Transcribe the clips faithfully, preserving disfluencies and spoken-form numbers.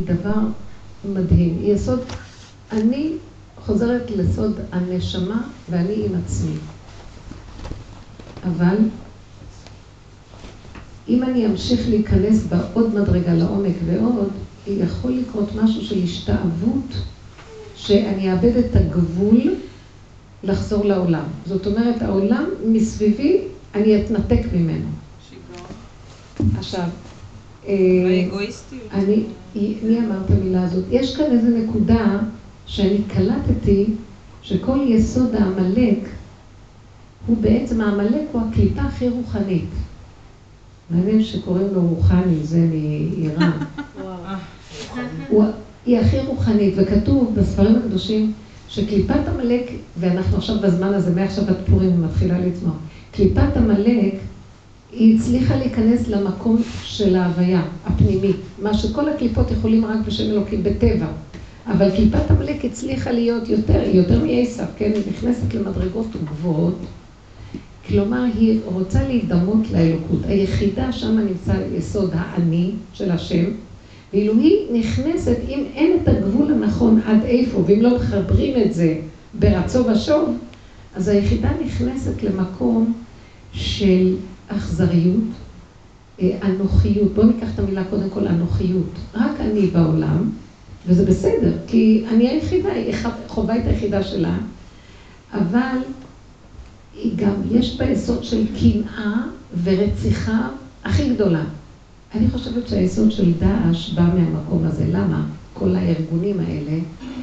דבר מדהים. היא יסוד, אני חוזרת לסוד הנשמה ואני עם עצמי. אבל אם אני אמשיך להיכנס בעוד מדרגה לעומק ועוד, יכול לקרות משהו של השתאבות, שאני אאבד את הגבול לחזור לעולם. זאת אומרת, העולם מסביבי, אני אתנתק ממנו. שיגעון. עכשיו, האגואיסטיות. אני, מי אמר את המילה הזאת? יש כאן איזו נקודה שאני קלטתי שכל יסוד העמלק, הוא בעצם, העמלק הוא הקליפה הכי רוחנית. מעניין שקוראים לו רוחני, זה מאיראן. הוא, היא הכי רוחנית, וכתוב בספרים הקדושים שקליפת עמלק, ואנחנו עכשיו בזמן הזה, מעכשיו עד פורים מתחילה לצמוח, קליפת עמלק היא הצליחה להיכנס למקום של ההוויה הפנימית, מה שכל הקליפות יכולים רק בשם אלוקים בטבע, אבל קליפת עמלק הצליחה להיות יותר, יותר מעשיו, כן? היא נכנסת למדרגות גבוהות, כלומר היא רוצה להידמות לאלוקות, היחידה שם נמצא יסוד האני של השם, ואילו היא נכנסת, אם אין את הגבול הנכון עד איפה, ואם לא מחברים את זה ברצו ושוב, אז היחידה נכנסת למקום של אכזריות, אנוכיות. בואו ניקח את המילה קודם כל, אנוכיות. רק אני בעולם, וזה בסדר, כי אני היחידה, היא חובה את היחידה שלה, אבל היא גם, יש בה יסוד של קנאה ורציחה הכי גדולה. אני חושבת שהיסוד של דאעש בא מהמקום הזה. למה? כל הארגונים האלה,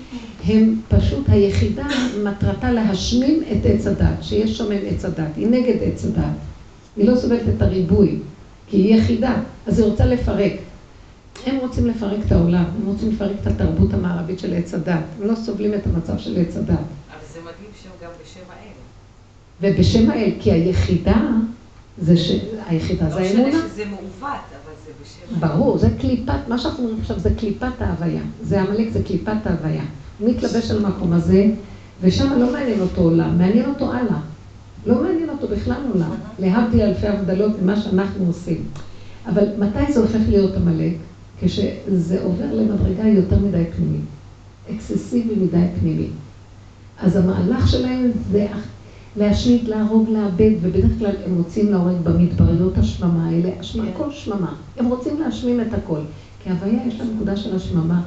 הם פשוט היחידה מטרתה להשמים את עץ הדת, שיש שומם עץ הדת, היא נגד עץ הדת. היא לא סובלת את הריבוי, כי היא יחידה, אז היא רוצה לפרק. הם רוצים לפרק את העולם, הם רוצים לפרק את התרבות המערבית של עץ הדת, הם לא סובלים את המצב של עץ הדת. אבל זה מדהים שהם גם בשם האל. ובשם האל, כי היחידה, זה ש... היחידה זה האמונה. לא משנה שזה מעוות, אבל זה בשם האל. ברור, זה קליפת, מה שאנחנו אומרים עכשיו זה קליפת ההוויה. זה עמלק, זה קליפת ההוויה. הוא מתלבש על המקום הזה, ושם לא מעניין אותו עולם, מעניין אותו הלאה. לא מעניין אותו בכלל עולם, להבדיל אלפי הבדלות ממה שאנחנו עושים. אבל מתי זה הופך להיות עמלק? כשזה עובר למדרגה יותר מדי פנימית, אקססיבי מדי פנימית. אז המהלך שלהם זה להשמיד, להרוג, לאבד, ובדרך כלל הם רוצים להורג במדבריות השממה האלה, השממה, כל שממה. הם רוצים להשמים את הכל, כי ההוויה יש לה נקודה של השממה.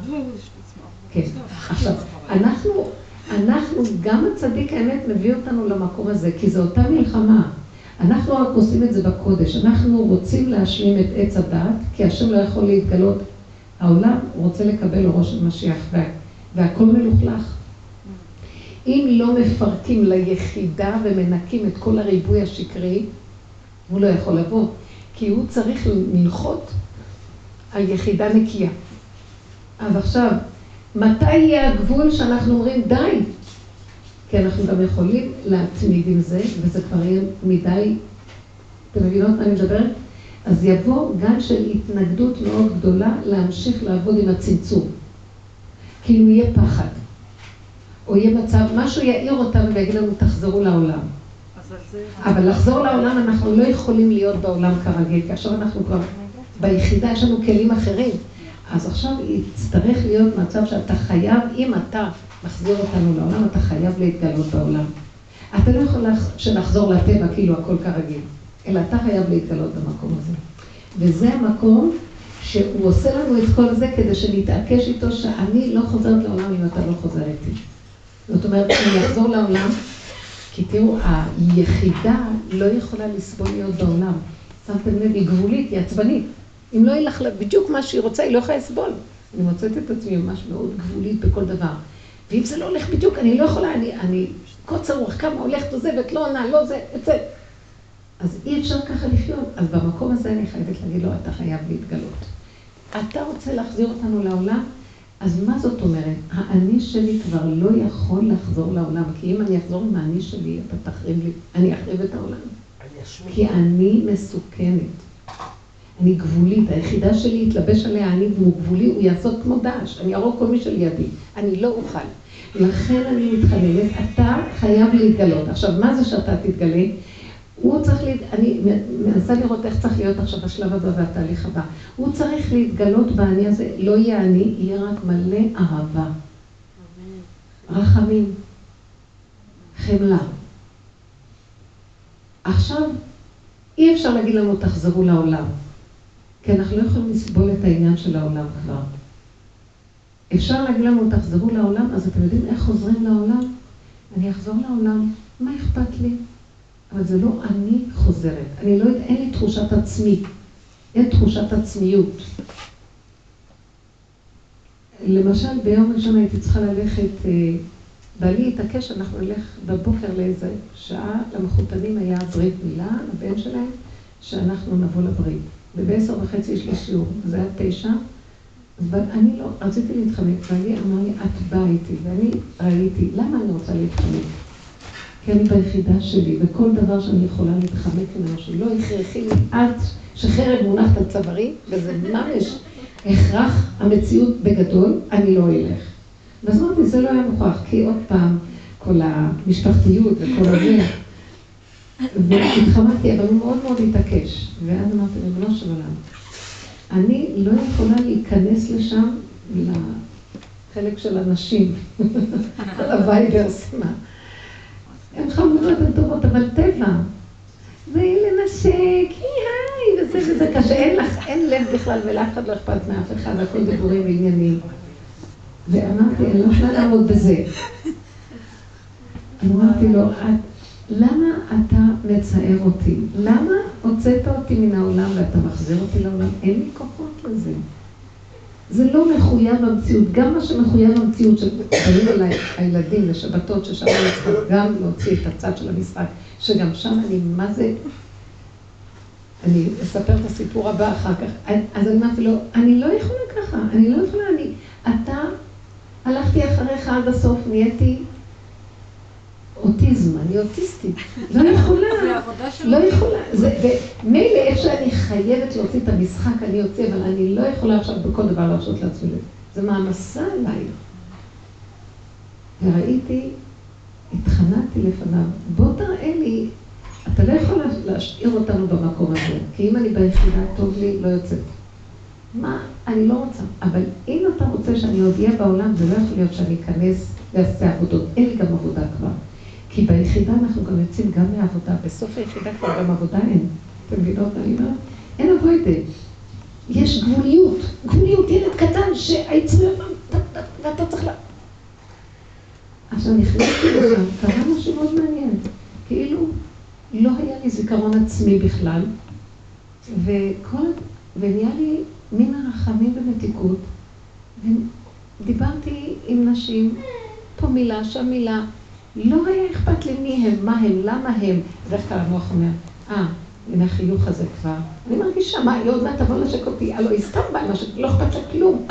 כן, עכשיו, אנחנו, אנחנו, גם הצדיק האמת מביא אותנו למקום הזה, כי זו אותה מלחמה. אנחנו רק עושים את זה בקודש, אנחנו רוצים להשלים את עץ הדת, כי השם לא יכול להתגלות. העולם רוצה לקבל ראש המשיח, והכל מלוכלך. אם לא מפרקים ליחידה ומנקים את כל הריבוי השקרי, הוא לא יכול לבוא, כי הוא צריך ללחות על יחידה נקייה. אז עכשיו, מתי יהיה הגבול שאנחנו אומרים די? כי אנחנו גם יכולים להתמיד עם זה, וזה כבר יהיה מדי, אתם מבינות מה אני מדברת? אז יבוא גל של התנגדות מאוד גדולה להמשיך לעבוד עם הצמצום. כאילו יהיה פחד. או יהיה מצב, משהו יעיר אותנו ויגיד לנו, תחזרו לעולם. אבל לחזור לעולם אנחנו לא יכולים להיות בעולם כרגיל, כי עכשיו אנחנו כבר ביחידה, יש לנו כלים אחרים. אז עכשיו יצטרך להיות מצב שאתה חייב, אם אתה מחזיר אותנו לעולם, אתה חייב להתגלות בעולם. אתה לא יכול שנחזור לטבע כאילו הכל כרגיל, אלא אתה חייב להתגלות במקום הזה. וזה המקום שהוא עושה לנו את כל זה כדי שנתעקש איתו שאני לא חוזרת לעולם אם אתה לא חוזר איתי. זאת אומרת, אני אחזור לעולם, כי תראו, היחידה לא יכולה לסבול להיות בעולם. שמתם לב, היא גבולית, היא עצבנית. אם לא ילך לה בדיוק מה שהיא רוצה, היא לא יכולה לסבול. אני מוצאת את עצמי ממש מאוד גבולית בכל דבר. ואם זה לא הולך בדיוק, אני לא יכולה, אני, אני קוצר רוח, כמה הולכת עוזבת, לא עונה, לא זה, את זה. אז אי אפשר ככה לחיות. אז במקום הזה אני חייבת להגיד לו, אתה חייב להתגלות. אתה רוצה להחזיר אותנו לעולם? אז מה זאת אומרת? האני שלי כבר לא יכול לחזור לעולם, כי אם אני אחזור עם האני שלי, אתה תחריב לי, אני אחריב את העולם. כי אני מסוכנת. אני גבולית, היחידה שלי יתלבש עליה, אני והוא גבולי, הוא יעשות כמו דאעש, אני ארוג כל מי שלידי, אני לא אוכל. לכן אני מתחננת, אתה חייב להתגלות. עכשיו, מה זה שאתה תתגלה? הוא צריך, לה... אני מנסה לראות איך צריך להיות עכשיו השלב הבא והתהליך הבא. הוא צריך להתגלות בעני הזה, לא יהיה עני, יהיה רק מלא אהבה. רחמים. חמלה. עכשיו, אי אפשר להגיד לנו תחזרו לעולם. כי אנחנו לא יכולים לסבול את העניין של העולם כבר. אפשר להגיד לנו תחזרו לעולם, אז אתם יודעים איך חוזרים לעולם? אני אחזור לעולם, מה אכפת לי? אבל זה לא אני חוזרת. אני לא יודעת, אין לי תחושת עצמי. אין תחושת עצמיות. למשל, ביום ראשון הייתי צריכה ללכת, בעלי התעקש, אנחנו נלך בבוקר לאיזה שעה, למחותנים היה ברית מילה, הבן שלהם, שאנחנו נבוא לברית. ובעשר וחצי יש לי שיעור, זה היה תשע. אז אני לא, רציתי להתחמק, ואני אמר לי, את באה איתי, ואני ראיתי, למה אני רוצה להתחמק? כי אני ביחידה שלי, וכל דבר שאני יכולה להתחמק ממנו, שלא הכרחי לי עד שחרב מונחת על צווארי, וזה ממש הכרח המציאות בגדול, אני לא אלך. ואז אמרתי, זה לא היה מוכרח, כי עוד פעם, כל המשפחתיות וכל הזה, והתחמקתי, אבל הוא מאוד מאוד התעקש. ואז אמרתי, ריבונו של עולם, אני לא יכולה להיכנס לשם לחלק של הנשים, הווייברס, מה? הן חמודות וטובות, אבל טבע. זה לנשק, היי, וזה וזה קשה, אין לך, אין לב בכלל, ולאף אחד לא אכפת מאף אחד, הכל דיבורים ועניינים. ואמרתי, אני לא יכולה לעמוד בזה. אמרתי לו, למה אתה מצער אותי? למה הוצאת אותי מן העולם ואתה מחזיר אותי לעולם? אין לי כוחות לזה. זה לא מחויב המציאות. גם מה שמחויב המציאות שבאים אליי הילדים לשבתות, ששם אני צריכה גם להוציא את הצד של המשחק, שגם שם אני, מה זה? אני אספר את הסיפור הבא אחר כך. אז אני אמרתי לו, אני לא יכולה ככה, אני לא יכולה, אני... אתה הלכתי אחריך עד הסוף, נהייתי אוטיזם, אני אוטיסטית. לא יכולה, לא יכולה. ומילא איך שאני חייבת להוציא את המשחק, אני אוציא, אבל אני לא יכולה עכשיו בכל דבר להרשות לעצמי. זה מעמסה עליי. וראיתי, התחננתי לפניו, בוא תראה לי, אתה לא יכול להשאיר אותנו במקום הזה, כי אם אני ביחידה טוב לי, לא יוצאת. מה? אני לא רוצה. אבל אם אתה רוצה שאני עוד אהיה בעולם, זה לא יכול להיות שאני אכנס לעשה עבודות. אין לי גם עבודה כבר. כי ביחידה אנחנו גם יוצאים גם לעבודה. בסוף היחידה כבר גם עבודה אין. אתם מבינות מה אני אומרת? אין עבודה. יש גבוליות. גבוליות, ילד קטן שהעצמיות, ואתה צריך לה... עכשיו נכנסתי לשם, קרה משהו מאוד מעניין. כאילו לא היה לי זיכרון עצמי בכלל. וכל... ונהיה לי מין הרחמים ומתיקות, ודיברתי עם נשים, פה מילה, שם מילה, לא היה אכפת לי מי הם, מה הם, למה הם, בדרך כלל המוח אומר, אה, הנה החיוך הזה כבר, אני מרגישה, מה, היא עוד מעט תבוא לשק אותי, הלוא היא סתם באה, לא אכפת לה כלום.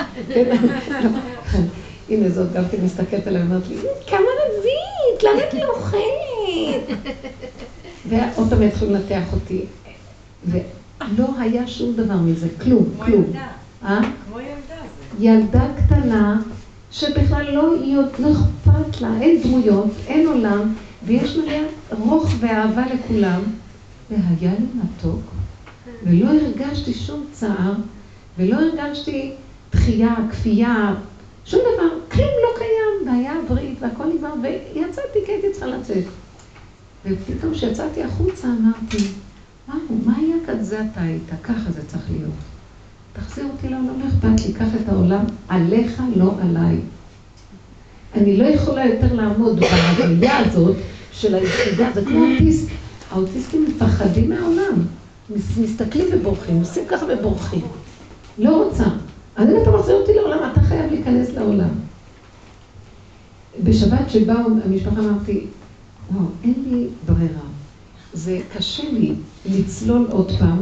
הנה זאת, גם כן מסתכלת עליה ואומרת לי, כמה נבית, למה את לא אוכלת? ועוד פעם התחילו לנתח אותי, לא היה שום דבר מזה, כלום, כלום. כמו ילדה. כמו ילדה זה. ילדה קטנה, שבכלל לא אכפת לה, אין דמויות, אין עולם, ויש לה רוח ואהבה לכולם. והיה לי מתוק, ולא הרגשתי שום צער, ולא הרגשתי דחייה, כפייה, שום דבר, כלום לא קיים, והיה ברית והכל נגמר, ויצאתי, כי הייתי צריכה לצאת. ופתאום כשיצאתי החוצה אמרתי, וואו, מה היה כאן? זה אתה היית, ככה זה צריך להיות. תחזיר אותי לעולם, לא אכפת לי, קח את העולם, עליך, לא עליי. אני לא יכולה יותר לעמוד בהוויה הזאת של היחידה, זה כמו אוטיסט. האוטיסטים מפחדים מהעולם, מסתכלים ובורחים, עושים ככה ובורחים. לא רוצה. אז אם אתה מחזיר אותי לעולם, אתה חייב להיכנס לעולם. בשבת שבאו המשפחה אמרתי, וואו, אין לי ברירה. זה קשה לי לצלול עוד פעם.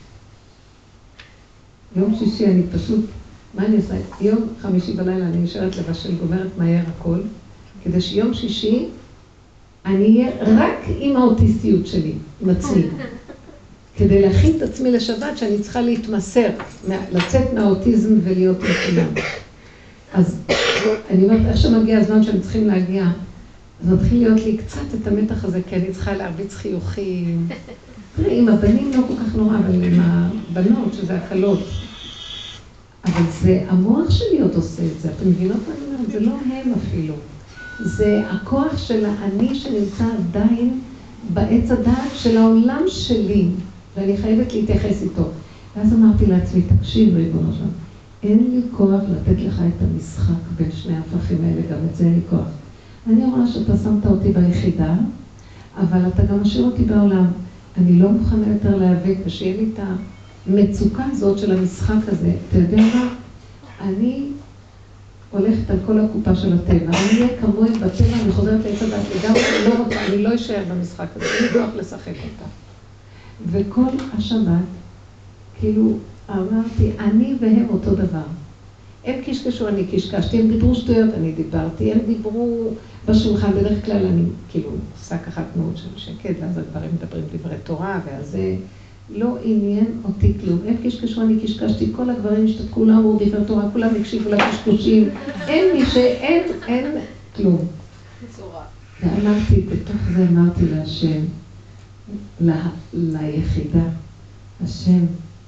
יום שישי אני פשוט, מה אני עושה? יום חמישי בלילה אני נשארת לבשל, גומרת מהר הכל, כדי שיום שישי אני אהיה רק עם האוטיסטיות שלי, עם עצמי. כדי להכין את עצמי לשבת שאני צריכה להתמסר, לצאת מהאוטיזם ולהיות לכולם. אז אני אומרת, איך שמגיע הזמן שהם צריכים להגיע, אז מתחיל להיות לי קצת את המתח הזה, כי אני צריכה להרביץ חיוכים. תראי, עם הבנים לא כל כך נורא, אבל עם הבנות, שזה הקלות. אבל זה המוח שלי עוד עושה את זה. אתם מבינות מה אני אומרת? זה לא הם אפילו. זה הכוח של האני שנמצא עדיין בעץ הדעת של העולם שלי, ואני חייבת להתייחס איתו. ואז אמרתי לעצמי, תקשיב ריבונו שלום, אין לי כוח לתת לך את המשחק בין שני ההפכים האלה, גם את זה אין לי כוח. אני רואה שאתה שמת אותי ביחידה, אבל אתה גם משאיר אותי בעולם. אני לא מוכנה יותר להיאבק, ושיהיה לי את המצוקה הזאת של המשחק הזה. אתה יודע מה? אני הולכת על כל הקופה של הטבע. אני אהיה כמוהם בטבע, אני חוזרת לעץ הדת לגמרי, אני לא רוצה, אני לא אשאר במשחק הזה, אני לא הולך לשחק אותה. וכל השבת, כאילו, אמרתי, אני והם אותו דבר. הם קשקשו, אני קשקשתי, הם דיברו שטויות, אני דיברתי, הם דיברו בשולחן, בדרך כלל אני כאילו עושה ככה תנועות של שקט, ואז הדברים מדברים דברי תורה, ואז זה לא עניין אותי כלום. הם קשקשו, אני קשקשתי, כל הגברים השתתקו, כולם אמרו דברי תורה, כולם הקשיבו לקשקושים, אין מי שאין, אין כלום. ואמרתי, בתוך זה אמרתי להשם, לה, ליחידה, השם,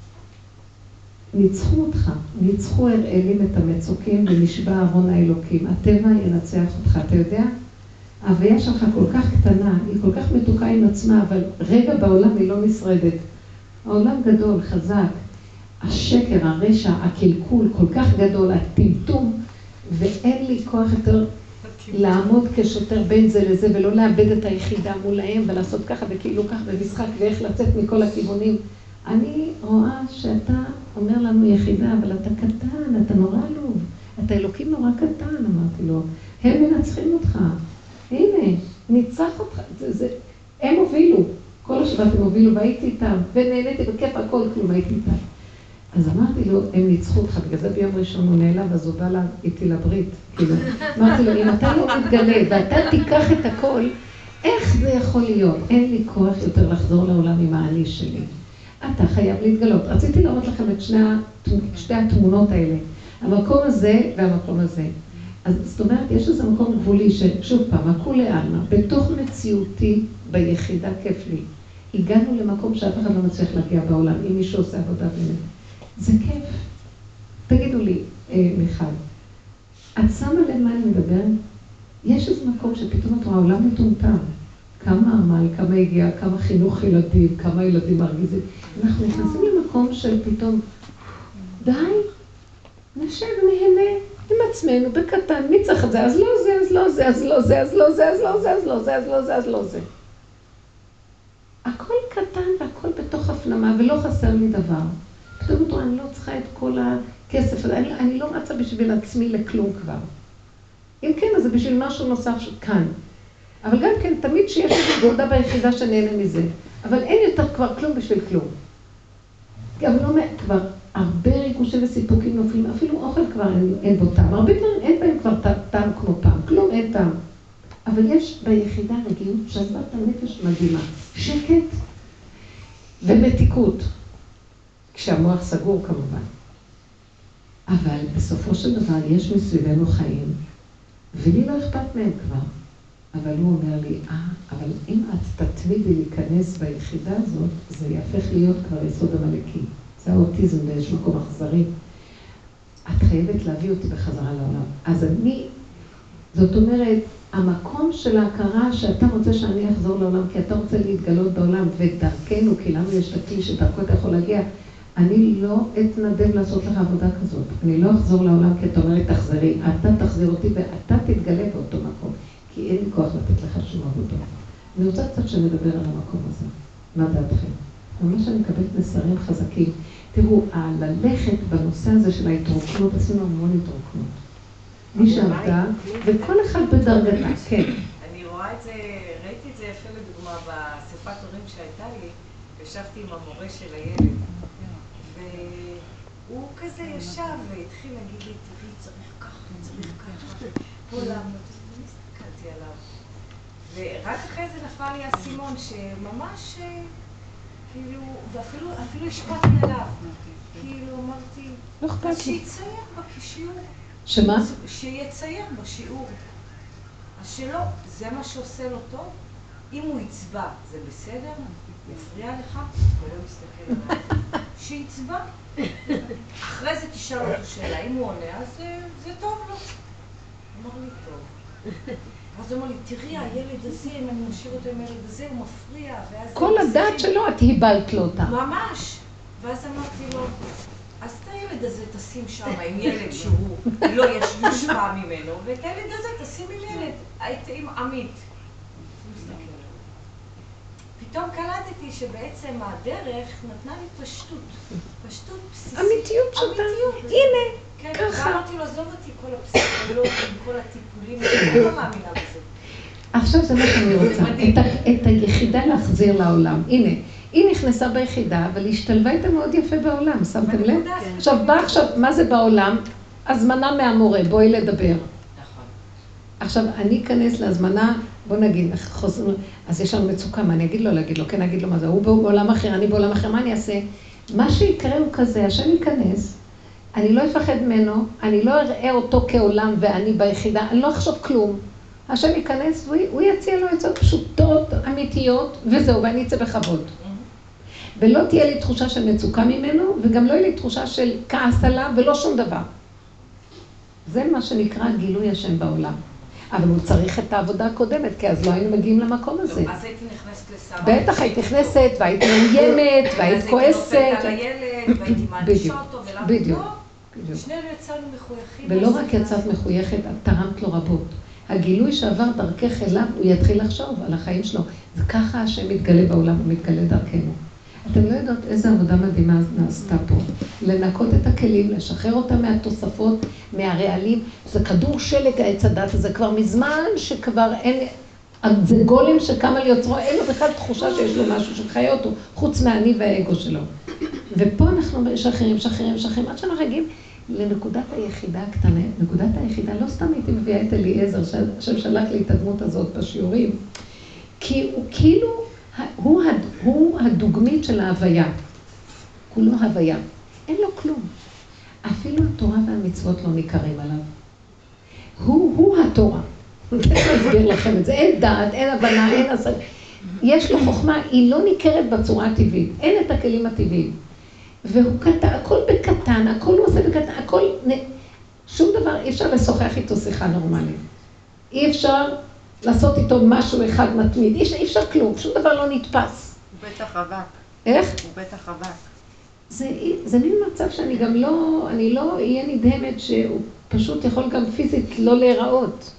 ניצחו אותך, ניצחו הראלים את המצוקים ונשבע ארון האלוקים. הטבע ינצח אותך, אתה יודע? ההוויה שלך כל כך קטנה, היא כל כך מתוקה עם עצמה, אבל רגע בעולם היא לא נשרדת. העולם גדול, חזק, השקר, הרשע, הקלקול כל כך גדול, הטמטום, ואין לי כוח יותר לעמוד כשוטר בין זה לזה ולא לאבד את היחידה מולהם ולעשות ככה וכאילו ככה במשחק ואיך לצאת מכל הכיוונים. אני רואה שאתה אומר לנו יחידה, אבל אתה קטן, אתה נורא עלוב, אתה אלוקים נורא קטן, אמרתי לו. הם מנצחים אותך, הנה, ניצח אותך, זה, זה, הם הובילו, כל השבת הם הובילו והייתי איתם, ונהניתי בכיף הכל, כלום הייתי איתם. אז אמרתי לו, הם ניצחו אותך, בגלל זה ביום ראשון הוא נעלב, אז הוא בא לה, איתי לברית, כאילו. אמרתי לו, אם אתה לא מתגלה ואתה תיקח את הכל, איך זה יכול להיות? אין לי כוח יותר לחזור לעולם עם האני שלי. אתה חייב להתגלות. רציתי לראות לכם את שני, שתי התמונות האלה, המקום הזה והמקום הזה. אז זאת אומרת, יש איזה מקום גבולי ששוב פעם, הכולי עלמא, בתוך מציאותי ביחידה כיף לי. הגענו למקום שאף אחד לא מצליח להגיע בעולם, אם מישהו עושה עבודה באמת. זה כיף. תגידו לי, אה, מיכל, את שמה למה אני מדבר? יש איזה מקום שפתאום את רואה העולם מטומטם. כמה עמל, כמה הגיע, כמה חינוך ילדים, כמה ילדים מרגיזים. אנחנו נכנסים למקום של פתאום, די, נשב, נהנה עם עצמנו בקטן, מי צריך את זה? אז לא זה, אז לא זה, אז לא זה, אז לא זה, אז לא זה, אז לא זה, אז לא זה, אז לא זה. הכל קטן והכל בתוך הפנמה, ולא חסר לי דבר. פתאום אותו, אני לא צריכה את כל הכסף, אני, אני לא רצה בשביל עצמי לכלום כבר. אם כן, אז זה בשביל משהו נוסף כאן. אבל גם כן, תמיד שיש איזו גורדה ביחידה שנהנה מזה. אבל אין יותר כבר כלום בשביל כלום. גם לא כבר הרבה ריגושים וסיפוקים נופלים, אפילו אוכל כבר אין, אין בו טעם. הרבה דברים אין בהם כבר טעם כמו פעם, כלום אין טעם. אבל יש ביחידה רגיעות שלוות הנפש מדהימה. שקט ומתיקות. כשהמוח סגור כמובן. אבל בסופו של דבר יש מסביבנו חיים, ולי לא אכפת מהם כבר. אבל הוא אומר לי, אה, אבל אם את תתמידי להיכנס ביחידה הזאת, זה יהפך להיות כבר יסוד המלאקי. זה האוטיזם באיזשהו מקום אכזרי. את חייבת להביא אותי בחזרה לעולם. אז אני, זאת אומרת, המקום של ההכרה שאתה רוצה שאני אחזור לעולם, כי אתה רוצה להתגלות בעולם, ודרכנו, כי לנו יש את הכלי שדרכו אתה יכול להגיע, אני לא אתנדב לעשות לך עבודה כזאת. אני לא אחזור לעולם כי אתה אומר לי, תחזרי. אתה תחזיר אותי ואתה תתגלה באותו מקום. כי אין לי כוח לתת לך שום עבודה. אני רוצה קצת שנדבר על המקום הזה. מה דעתכם? ממש אני מקבלת מסרים חזקים. תראו, ללכת בנושא הזה של ההתרוקנות, עשינו המון התרוקנות. מי שעבדה, וכל אחד בדרגתה, כן. אני רואה את זה, ראיתי את זה יפה לדוגמה באספת הורים שהייתה לי, ישבתי עם המורה של הילד, והוא כזה ישב והתחיל להגיד לי, תראי, צריך ככה, צריך ככה, פה לעמוד. הסתכלתי עליו. ורק אחרי זה נפל לי הסימון שממש, כאילו, ואפילו אפילו השפעתי עליו. כאילו, אמרתי, לא אכפת לי. שיצייר בשיעור. שמה? שיצייר בשיעור. אז שלא, זה מה שעושה לו טוב. אם הוא יצבע, זה בסדר? יפריע לך? הוא לא מסתכל עליי. שיצבע. אחרי זה תשאל אותו שאלה. אם הוא עונה, אז זה טוב לו. אמר לי טוב. אז הוא אמר לי, תראי, הילד הזה, אם אני משאיר אותו עם הילד הזה, הוא מפריע. כל הדעת שלו, את היבלת לו אותה. ממש. ואז אמרתי לו, אז את הילד הזה תשים שם עם ילד שהוא לא יושפע ממנו, ואת הילד הזה תשים עם ילד, הייתי עם עמית. פתאום קלטתי שבעצם הדרך נתנה לי פשטות, פשטות בסיסית. אמיתיות פשוטה. הנה, ככה. ואמרתי לו, עזוב אותי כל הפסיכולוגים, כל הטיפולים, אני לא מאמינה בזה. עכשיו זה מה שאני רוצה, את היחידה להחזיר לעולם. הנה, היא נכנסה ביחידה, אבל היא השתלבה איתה מאוד יפה בעולם, שמתם לב? עכשיו, בא עכשיו, מה זה בעולם? הזמנה מהמורה, בואי לדבר. עכשיו, אני אכנס להזמנה, בוא נגיד, אז יש לנו מצוקה, מה אני אגיד לו, להגיד לו, כן, אגיד לו מה זה, הוא בעולם אחר, אני בעולם אחר, מה אני אעשה? מה שיקרה הוא כזה, השם ייכנס, אני לא אפחד ממנו, אני לא אראה אותו כעולם ואני ביחידה, אני לא אחשוב כלום. השם ייכנס, הוא יציע לו עצות פשוטות, אמיתיות, וזהו, ואני אצא בכבוד. ולא תהיה לי תחושה של מצוקה ממנו, וגם לא יהיה לי תחושה של כעס עליו, ולא שום דבר. זה מה שנקרא גילוי השם בעולם. אבל הוא צריך את העבודה הקודמת, כי אז לא היינו מגיעים למקום הזה. אז הייתי נכנסת לסבא. בטח היית נכנסת, והיית מאוימת, והיית כועסת. אז הייתי נופלת על הילד, והייתי מענישה אותו, ולמה לא? שנינו יצאנו מחויכים. ולא רק יצאת מחויכת, את תרמת לו רבות. הגילוי שעבר דרכך אליו, הוא יתחיל לחשוב על החיים שלו. וככה השם מתגלה בעולם, הוא מתגלה דרכנו. אתם לא יודעות איזה עבודה מדהימה נעשתה פה. לנקות את הכלים, לשחרר אותם מהתוספות, מהרעלים. זה כדור שלג העץ הדת הזה כבר מזמן שכבר אין... זה גולם שקם על יוצרו, אין לו בכלל תחושה שיש לו משהו שחיה אותו, חוץ מהאני והאגו שלו. ופה אנחנו משחררים, משחררים, משחררים, עד שאנחנו מגיעים לנקודת היחידה הקטנה. נקודת היחידה, לא סתם הייתי מביאה את אליעזר, ששלח לי את הדמות הזאת בשיעורים, כי הוא כאילו, הוא, הוא הדוגמית של ההוויה. כולו הוויה. אין לו כלום. אפילו התורה והמצוות לא ניכרים עליו. הוא, הוא התורה. אני אסביר לכם את זה. אין דעת, אין הבנה, אין עשה. יש לו חוכמה, היא לא ניכרת בצורה הטבעית. אין את הכלים הטבעיים. והוא קטן, הכל בקטן, הכל הוא עושה בקטן, הכל... שום דבר, אי אפשר לשוחח איתו שיחה נורמלית. אי אפשר לעשות איתו משהו אחד מתמיד. אי אפשר כלום, שום דבר לא נתפס. הוא בטח אבק. איך? הוא בטח אבק. זה, זה מין מצב שאני גם לא, אני לא אהיה נדהמת שהוא פשוט יכול גם פיזית לא להיראות.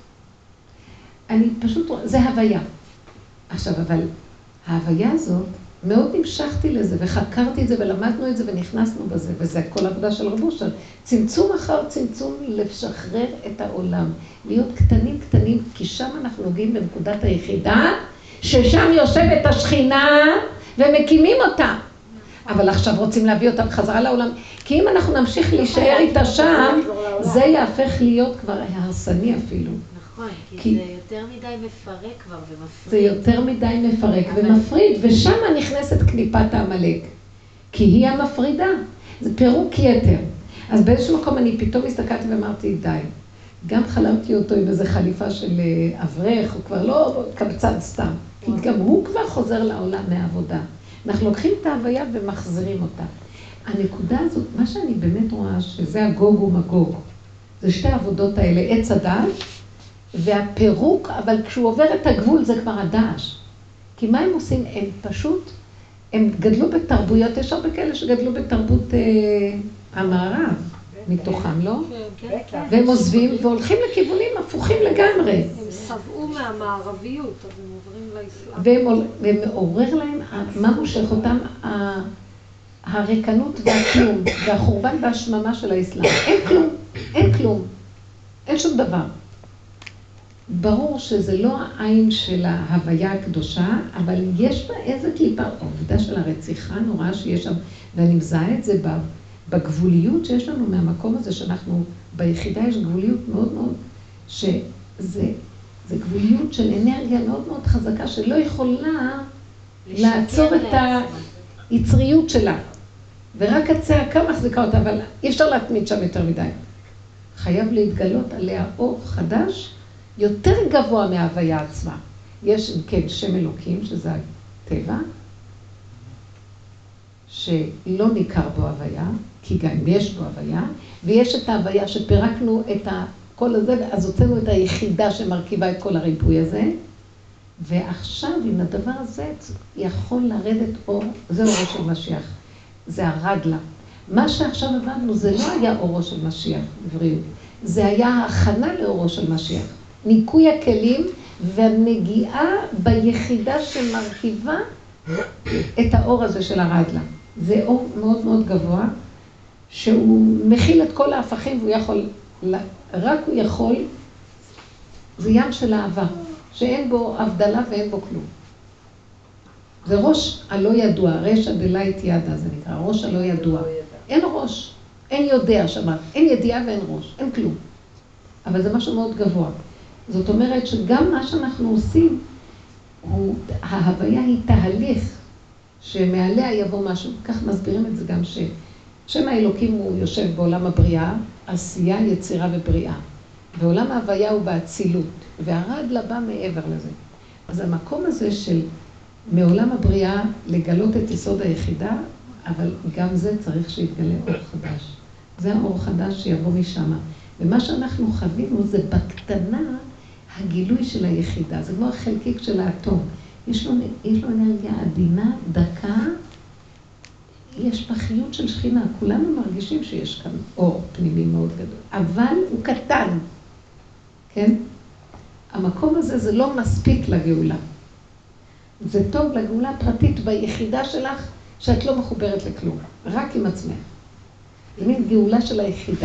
אני פשוט, זה הוויה. עכשיו, אבל ההוויה הזאת, מאוד נמשכתי לזה וחקרתי את זה ולמדנו את זה ונכנסנו בזה, וזה כל העבודה של רב אושר. צמצום אחר צמצום לשחרר את העולם, להיות קטנים קטנים, כי שם אנחנו נוגעים בנקודת היחידה, ששם יושבת השכינה ומקימים אותה. אבל עכשיו רוצים להביא אותם חזרה לעולם, כי אם אנחנו נמשיך להישאר איתה שם, זה יהפך להיות כבר הרסני אפילו. נכון, כי זה יותר מדי מפרק כבר ומפריד. זה יותר מדי מפרק ומפריד, ושם נכנסת קליפת העמלק. כי היא המפרידה, זה פירוק יתר. אז באיזשהו מקום אני פתאום הסתכלתי ואמרתי, די. גם חלמתי אותו עם איזו חליפה של אברך, הוא כבר לא קבצן סתם. כי גם הוא כבר חוזר לעולם מהעבודה. אנחנו לוקחים את ההוויה ומחזירים אותה. הנקודה הזאת, מה שאני באמת רואה, שזה הגוג ומגוג, זה שתי העבודות האלה, עץ הדעת, והפירוק, אבל כשהוא עובר את הגבול זה כבר הדעש. כי מה הם עושים? הם פשוט, הם גדלו בתרבויות, יש הרבה כאלה שגדלו בתרבות אה, המערב, מתוכם, לא? כן, כן. והם עוזבים והולכים לכיוונים הפוכים לגמרי. הם סבעו מהמערביות, אז הם עוברים לאסלאם. והם מעורר להם, מה מושך אותם? הריקנות והכלום, והחורבן והשממה של האסלאם. אין כלום, אין כלום, אין שום דבר. ברור שזה לא העין של ההוויה הקדושה, אבל יש בה איזה קליפה, העובדה של הרציחה נוראה שיש שם, ואני מזהה את זה בגבוליות שיש לנו מהמקום הזה, שאנחנו ביחידה יש גבוליות מאוד מאוד, שזה זה גבוליות של אנרגיה מאוד מאוד חזקה, שלא יכולה לעצור את היצריות שלה. ורק הצעקה מחזיקה אותה, אבל אי אפשר להתמיד שם יותר מדי. חייב להתגלות עליה אור חדש, יותר גבוה מההוויה עצמה. יש אם כן שם אלוקים, שזה הטבע, שלא ניכר בו הוויה, כי גם יש בו הוויה, ויש את ההוויה שפירקנו את הכל הזה, אז הוצאנו את היחידה שמרכיבה את כל הריבוי הזה, ועכשיו עם הדבר הזה יכול לרדת אור, זה אורו של משיח, זה הרדלה. מה שעכשיו הבנו זה לא היה אורו של משיח, בבריאות, זה היה ההכנה לאורו של משיח. ניקוי הכלים והנגיעה ביחידה שמרכיבה את האור הזה של הרדלה. זה אור מאוד מאוד גבוה, שהוא מכיל את כל ההפכים והוא יכול, רק הוא יכול, זה ים של אהבה, שאין בו הבדלה ואין בו כלום. זה ראש הלא ידוע, רשע דלית ידע, זה נקרא, ראש הלא ידוע. אין ראש, אין יודע שמה, אין ידיעה ואין ראש, אין כלום. אבל זה משהו מאוד גבוה. זאת אומרת שגם מה שאנחנו עושים, הוא, ההוויה היא תהליך שמעליה יבוא משהו, כך מסבירים את זה גם ש... שם האלוקים הוא יושב בעולם הבריאה, עשייה, יצירה ובריאה. ועולם ההוויה הוא באצילות, והרדלה בא מעבר לזה. אז המקום הזה של מעולם הבריאה לגלות את יסוד היחידה, אבל גם זה צריך שיתגלה אור חדש. זה האור חדש שיבוא משם. ומה שאנחנו חווינו זה בקטנה הגילוי של היחידה. זה כמו החלקיק של האטום. יש לו, יש לו אנרגיה עדינה, דקה, יש בחיות של שכינה. כולנו מרגישים שיש כאן אור פנימי מאוד גדול, אבל הוא קטן. כן? המקום הזה זה לא מספיק לגאולה. זה טוב לגאולה פרטית ביחידה שלך, שאת לא מחוברת לכלום, רק עם עצמך. זה מין גאולה של היחידה.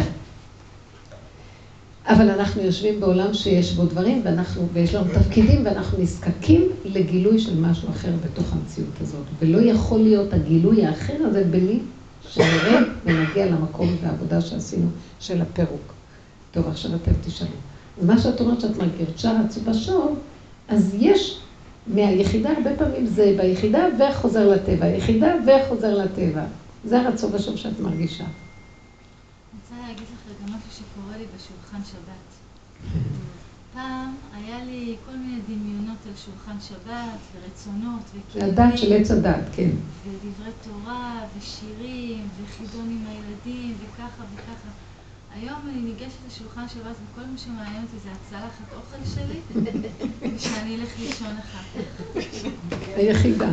אבל אנחנו יושבים בעולם שיש בו דברים, ואנחנו, ויש לנו תפקידים, ואנחנו נזקקים לגילוי של משהו אחר בתוך המציאות הזאת. ולא יכול להיות הגילוי האחר הזה בלי שנראה ונגיע למקום והעבודה שעשינו של הפירוק. טוב, עכשיו אתם תשאלו. ומה שאת אומרת שאת מרגישה רצו בשור, אז יש מהיחידה, הרבה פעמים זה ביחידה וחוזר לטבע, היחידה וחוזר לטבע. זה הרצון בשור שאת מרגישה. אני רוצה להגיד לך רגע משהו שקורה לי בשולחן שבת. פעם היה לי כל מיני דמיונות על שולחן שבת ורצונות וכאבים. הדת של עץ הדת, כן. ודברי תורה ושירים וחידון עם הילדים וככה וככה. היום אני ניגשת לשולחן שבת וכל מה שמעניין אותי זה הצלחת אוכל שלי ושאני אלך לישון אחר כך. היחידה.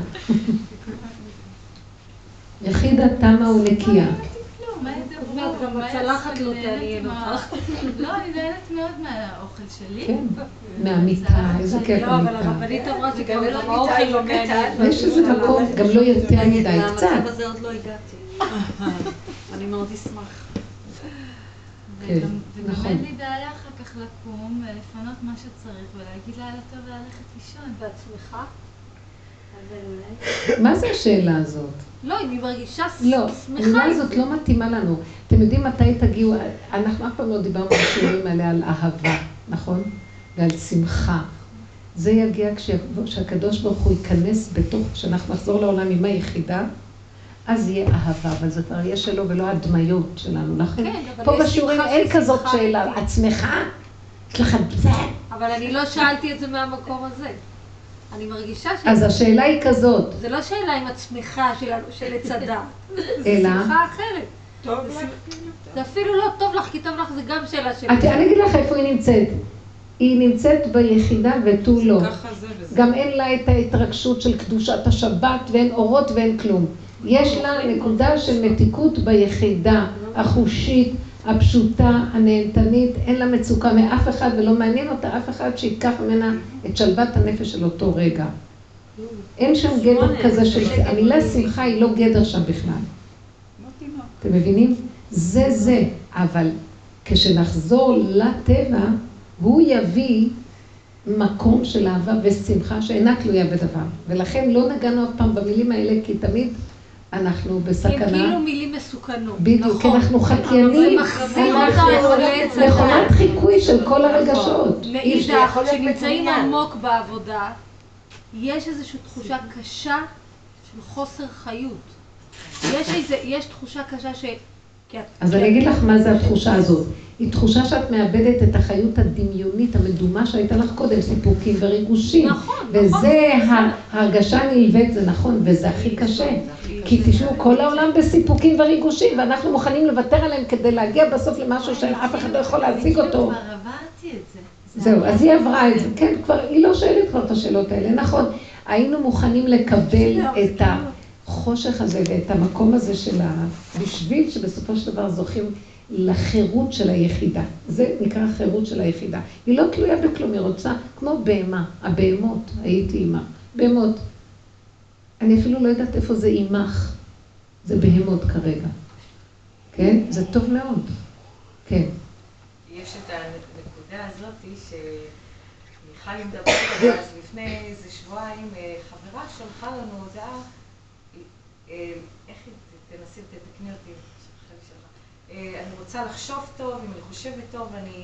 יחידה תמה ונקייה. גם הצלחת לא תעניין אותך. לא, אני נהנית מאוד מהאוכל שלי. כן, מהמיטה, איזה כיף המיטה. לא, אבל הרבנית אמרה שגם האוכל לא מעניין. יש איזה מקום, גם לא יותר מדי, קצת. למצב הזה עוד לא הגעתי. אני מאוד אשמח. וגם אין לי בעיה אחר כך לקום ולפנות מה שצריך ולהגיד לילה טוב וללכת לישון. בעצמך? מה זה השאלה הזאת? לא, אני מרגישה לא, שמחה. המילה הזאת לא מתאימה לנו. אתם יודעים מתי תגיעו, אנחנו אף פעם לא דיברנו בשיעורים האלה על אהבה, נכון? ועל שמחה. זה יגיע כשהקדוש ברוך הוא ייכנס בתוך, כשאנחנו נחזור לעולם עם היחידה, אז יהיה אהבה, אבל זה כבר יהיה שלו ולא הדמיות שלנו, נכון? כן, אבל פה יש בשיעורים שמחה אין של כזאת שמחה שאלה, אמיתית. עצמך? יש לך זה. אבל אני לא שאלתי את זה מהמקום הזה. אני מרגישה ש... אז השאלה היא כזאת. זה לא שאלה עם הצמיחה שלנו, של עץ הדת. זה אלא? שמחה אחרת. טוב לך? זה אפילו לא טוב לך, כי טוב לך זה גם שאלה של... את- אני אגיד לך איפה היא נמצאת. היא נמצאת ביחידה ותו לא. ככה זה וזה. גם אין לה את ההתרגשות של קדושת השבת ואין אורות ואין כלום. יש לה נקודה של מתיקות ביחידה, החושית, הפשוטה, הנהנתנית, אין לה מצוקה מאף אחד ולא מעניין אותה אף אחד שיקח ממנה את שלוות הנפש של אותו רגע. אין שם גדר כזה של... המילה שמחה היא לא גדר שם בכלל. אתם מבינים? זה זה, אבל כשנחזור לטבע, הוא יביא מקום של אהבה ושמחה שאינה תלויה בדבר. ולכן לא נגענו אף פעם במילים האלה, כי תמיד אנחנו בסכנה. הם כאילו מילים מסוכנות. בדיוק, כי אנחנו חקיינים. אבל זה מחזיר אותנו לעץ הדת. מכונת חיקוי של כל הרגשות. מאידך, כשנמצאים עמוק בעבודה, יש איזושהי תחושה קשה של חוסר חיות. יש איזה, יש תחושה קשה אז אני אגיד לך מה זה התחושה הזאת. היא תחושה שאת מאבדת את החיות הדמיונית, המדומה שהייתה לך קודם, סיפוקים וריגושים. נכון, וזה ההרגשה נלווית, זה נכון, וזה הכי קשה. כי תשמעו, כל העולם בסיפוקים וריגושים, ואנחנו מוכנים לוותר עליהם כדי להגיע בסוף למשהו שאף אחד לא יכול להשיג אותו. כבר עברתי את זה. זהו, אז היא עברה את זה. כן, כבר, היא לא שואלת כבר את השאלות האלה. נכון, היינו מוכנים לקבל את החושך הזה ואת המקום הזה של ה... בשביל שבסופו של דבר זוכים לחירות של היחידה. זה נקרא חירות של היחידה. היא לא תלויה בכלום, היא רוצה כמו בהמה, הבהמות, הייתי אימה. בהמות. אני אפילו לא יודעת איפה זה אימך. זה בהמות כרגע. כן? זה טוב מאוד. כן. יש את הנקודה הזאת שמיכל מדברת עליה, אז לפני איזה שבועיים חברה שלחה לנו הודעה, איך היא תנסי, תתקני אותי, אני רוצה לחשוב טוב, אם אני חושבת טוב, אני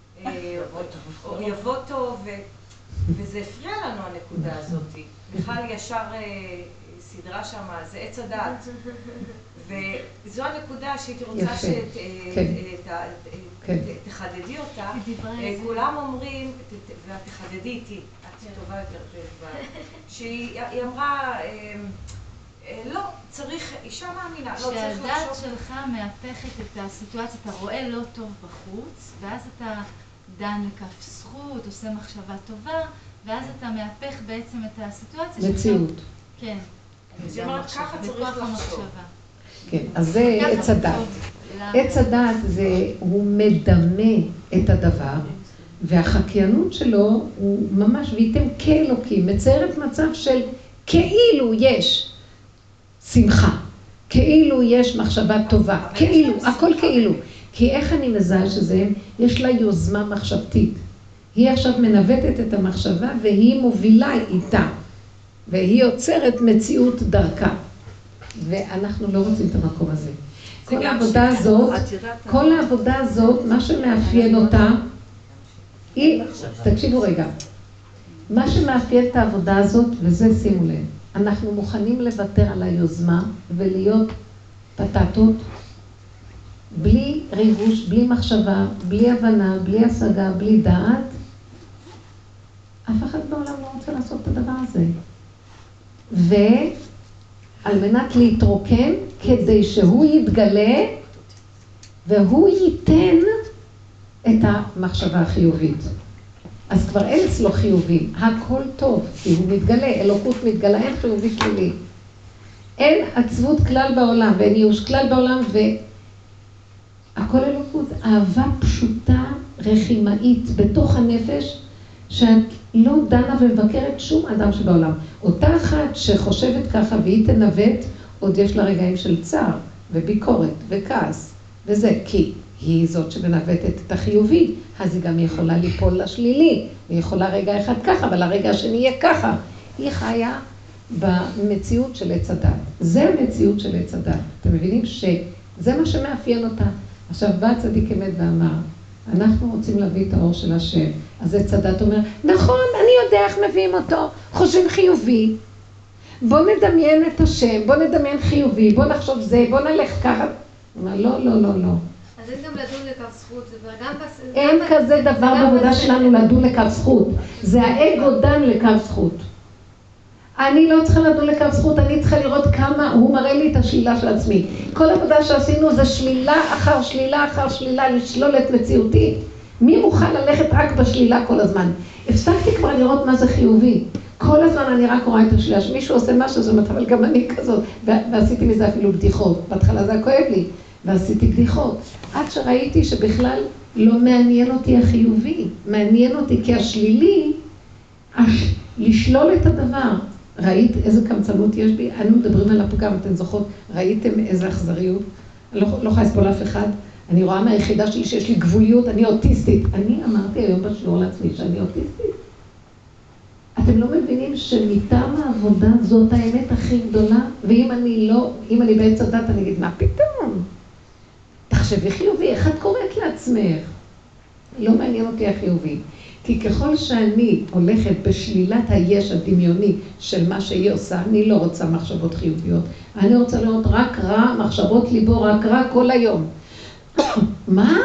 יבוא טוב, וזה הפריע לנו הנקודה הזאת. מיכל ישר סדרה שם, זה עץ הדעת. וזו הנקודה שהייתי רוצה שתחדדי אותה. כולם אומרים, ואת תחדדי איתי, את טובה יותר, שהיא אמרה, לא, צריך, אישה מאמינה, לא צריך לחשוב. שהדעת שלך מהפכת את הסיטואציה, אתה רואה לא טוב בחוץ, ואז אתה דן לכף זכות, עושה מחשבה טובה, ואז אתה מהפך בעצם את הסיטואציה. מציאות. כן. זאת אומרת, ככה צריך לחשוב. כן, אז זה עץ הדעת. עץ הדעת זה, הוא מדמה את הדבר, והחקיינות שלו הוא ממש, וייתם כאלוקים, מציירת מצב של כאילו יש שמחה, כאילו יש מחשבה טובה, כאילו, הכל כאילו. כי איך אני מזהה שזה, יש לה יוזמה מחשבתית. היא עכשיו מנווטת את המחשבה והיא מובילה איתה. והיא יוצרת מציאות דרכה. ואנחנו לא רוצים את המקום הזה. כל העבודה הזאת, כל העבודה הזאת, מה שמאפיין אותה, היא, תקשיבו רגע, מה שמאפיין את העבודה הזאת, וזה שימו לב, אנחנו מוכנים לוותר על היוזמה ולהיות פטטות, בלי ריגוש, בלי מחשבה, בלי הבנה, בלי השגה, בלי דעת. אף אחד בעולם לא רוצה לעשות את הדבר הזה. ועל מנת להתרוקן, כדי שהוא יתגלה, והוא ייתן את המחשבה החיובית. אז כבר אין אצלו חיובי, הכל טוב, כי הוא מתגלה, אלוקות מתגלה, אין חיובי שלי. אין עצבות כלל בעולם, ואין ייאוש כלל בעולם, והכל אלוקות, אהבה פשוטה, רחימאית, בתוך הנפש, שאת לא דנה ומבקרת שום אדם שבעולם. אותה אחת שחושבת ככה והיא תנווט, עוד יש לה רגעים של צער וביקורת וכעס, וזה כי היא זאת שמנווטת את החיובי, אז היא גם יכולה ליפול לשלילי, היא יכולה רגע אחד ככה, אבל הרגע השני יהיה ככה. היא חיה במציאות של עץ הדת. זה המציאות של עץ הדת. אתם מבינים שזה מה שמאפיין אותה. עכשיו בא צדיק אמת ואמר, אנחנו רוצים להביא את האור של השם. אז עץ הדת אומר, נכון, אני יודע איך מביאים אותו, חושבים חיובי. בוא נדמיין את השם, בוא נדמיין חיובי, בוא נחשוב זה, בוא נלך ככה. הוא אומר, לא, לא, לא, לא. אז אין גם לדון לכף זכות, זה גם... אין כזה דבר בעבודה שלנו לדון לכף זכות. זה האגו דן לכף זכות. אני לא צריכה לדון לכף זכות, אני צריכה לראות כמה הוא מראה לי את השלילה של עצמי. כל עבודה שעשינו זה שלילה אחר שלילה אחר שלילה, לשלול את מציאותי. מי מוכן ללכת רק בשלילה כל הזמן? הפסקתי כבר לראות מה זה חיובי. כל הזמן אני רק רואה את השלילה, שמישהו עושה משהו, זאת אומרת, אבל גם אני כזאת. ועשיתי מזה אפילו בדיחות. בהתחלה זה היה כואב לי, ועשיתי בדיחות. עד שראיתי שבכלל לא מעניין אותי החיובי. מעניין אותי כי השלילי, לשלול את הדבר. ראית איזה קמצנות יש בי? אנו מדברים על הפגם, אתן זוכרות, ראיתם איזה אכזריות? אני לא, לא יכולה לסבול אף אחד. אני רואה מהיחידה שלי שיש לי גבוליות, אני אוטיסטית. אני אמרתי היום בשיעור לעצמי שאני אוטיסטית. אתם לא מבינים שמטעם העבודה זאת האמת הכי גדולה? ואם אני לא, אם אני בעץ הדת, אני אגיד, מה פתאום? תחשבי חיובי, איך את קוראת לעצמך? לא מעניין אותי החיובי. כי ככל שאני הולכת בשלילת היש הדמיוני של מה שהיא עושה, אני לא רוצה מחשבות חיוביות. אני רוצה לראות רק רע, מחשבות ליבו רק רע כל היום. מה?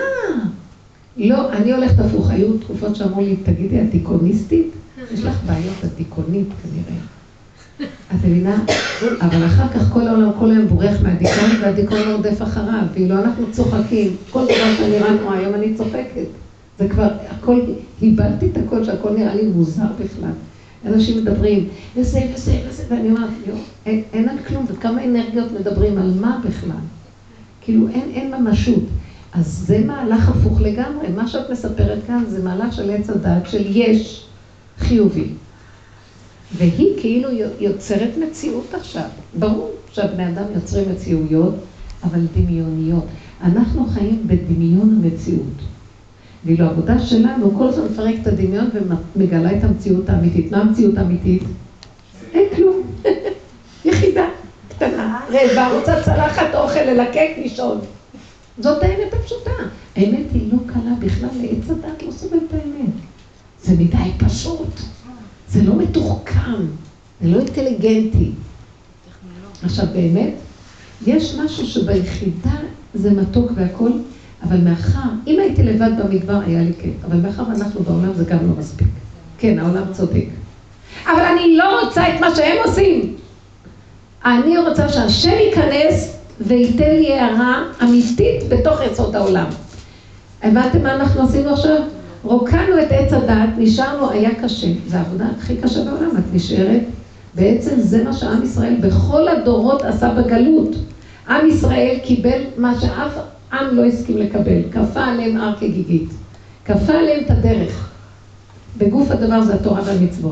לא, אני הולכת הפוך. היו תקופות שאמרו לי, תגידי, את דיכאוניסטית? יש לך בעיות, את דיכאונית כנראה. את מבינה? אבל אחר כך כל העולם, כל היום בורח מהדיכאון, והדיכאון רודף אחריו, ואילו אנחנו צוחקים. כל דבר שנראה כמו היום אני צוחקת. זה כבר, הכל, היבלתי את הכל, שהכל נראה לי מוזר בכלל. אנשים מדברים, וזה וזה וזה, ואני אומרת, יו, אין, אין על כלום, וכמה אנרגיות מדברים, על מה בכלל? כאילו, אין, אין ממשות. אז זה מהלך הפוך לגמרי. מה שאת מספרת כאן זה מהלך של עץ הדעת, של יש חיובי. והיא כאילו יוצרת מציאות עכשיו. ברור שהבני אדם יוצרים מציאויות, אבל דמיוניות. אנחנו חיים בדמיון המציאות. ואילו העבודה שלנו, כל הזמן מפרק את הדמיון ומגלה את המציאות האמיתית. מה המציאות האמיתית? אין כלום. יחידה, קטנה, רעבה, רוצה צלחת אוכל, ללקק, לישון. זאת האמת הפשוטה. האמת היא לא קלה בכלל, לעץ הדת לא סובל את האמת. זה מדי פשוט. זה לא מתוחכם, זה לא אינטליגנטי. עכשיו באמת, יש משהו שביחידה זה מתוק והכל, אבל מאחר, אם הייתי לבד במדבר היה לי כיף, אבל מאחר ואנחנו בעולם זה גם לא מספיק. כן, העולם צודק. אבל אני לא רוצה את מה שהם עושים. אני רוצה שהשם ייכנס וייתן לי הערה אמיתית בתוך יסוד העולם. הבנתם מה אנחנו עשינו עכשיו? רוקנו את עץ הדעת, נשארנו, היה קשה. זו העבודה הכי קשה בעולם, את נשארת. בעצם זה מה שעם ישראל בכל הדורות עשה בגלות. עם ישראל קיבל מה שאף עם לא הסכים לקבל. כפה עליהם הר כגיגית. כפה עליהם את הדרך. בגוף הדבר זה התורה והמצוות.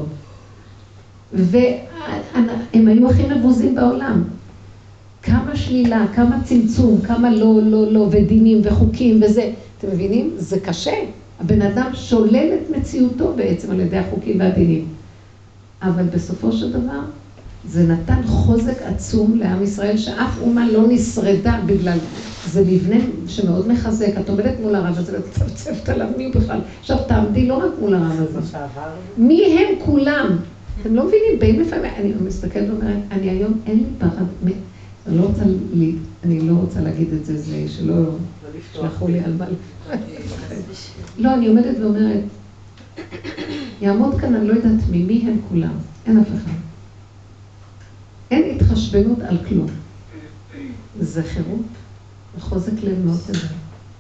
והם היו הכי מבוזים בעולם. כמה שלילה, כמה צמצום, כמה לא, לא, לא, ודינים וחוקים וזה. אתם מבינים? זה קשה. הבן אדם שולל את מציאותו בעצם על ידי החוקים והדינים. אבל בסופו של דבר, זה נתן חוזק עצום לעם ישראל, שאף אומה לא נשרדה בגלל, זה מבנה שמאוד מחזק. את עומדת מול הרב הזה וצפצפת עליו, מי הוא בכלל? עכשיו תעמדי לא רק מול הרב הזה. מי הם כולם? אתם לא מבינים, באים לפעמים, אני מסתכלת ואומרת, אני היום אין לי פחד, אני לא רוצה, לי, אני לא רוצה להגיד את זה, זה שלא שלחו לי על מה לפחד. לא, אני עומדת ואומרת, יעמוד כאן, אני לא יודעת ממי הם כולם, אין אף אחד. אין התחשבנות על כלום. זה חירות וחוזק לב מאוד כזה.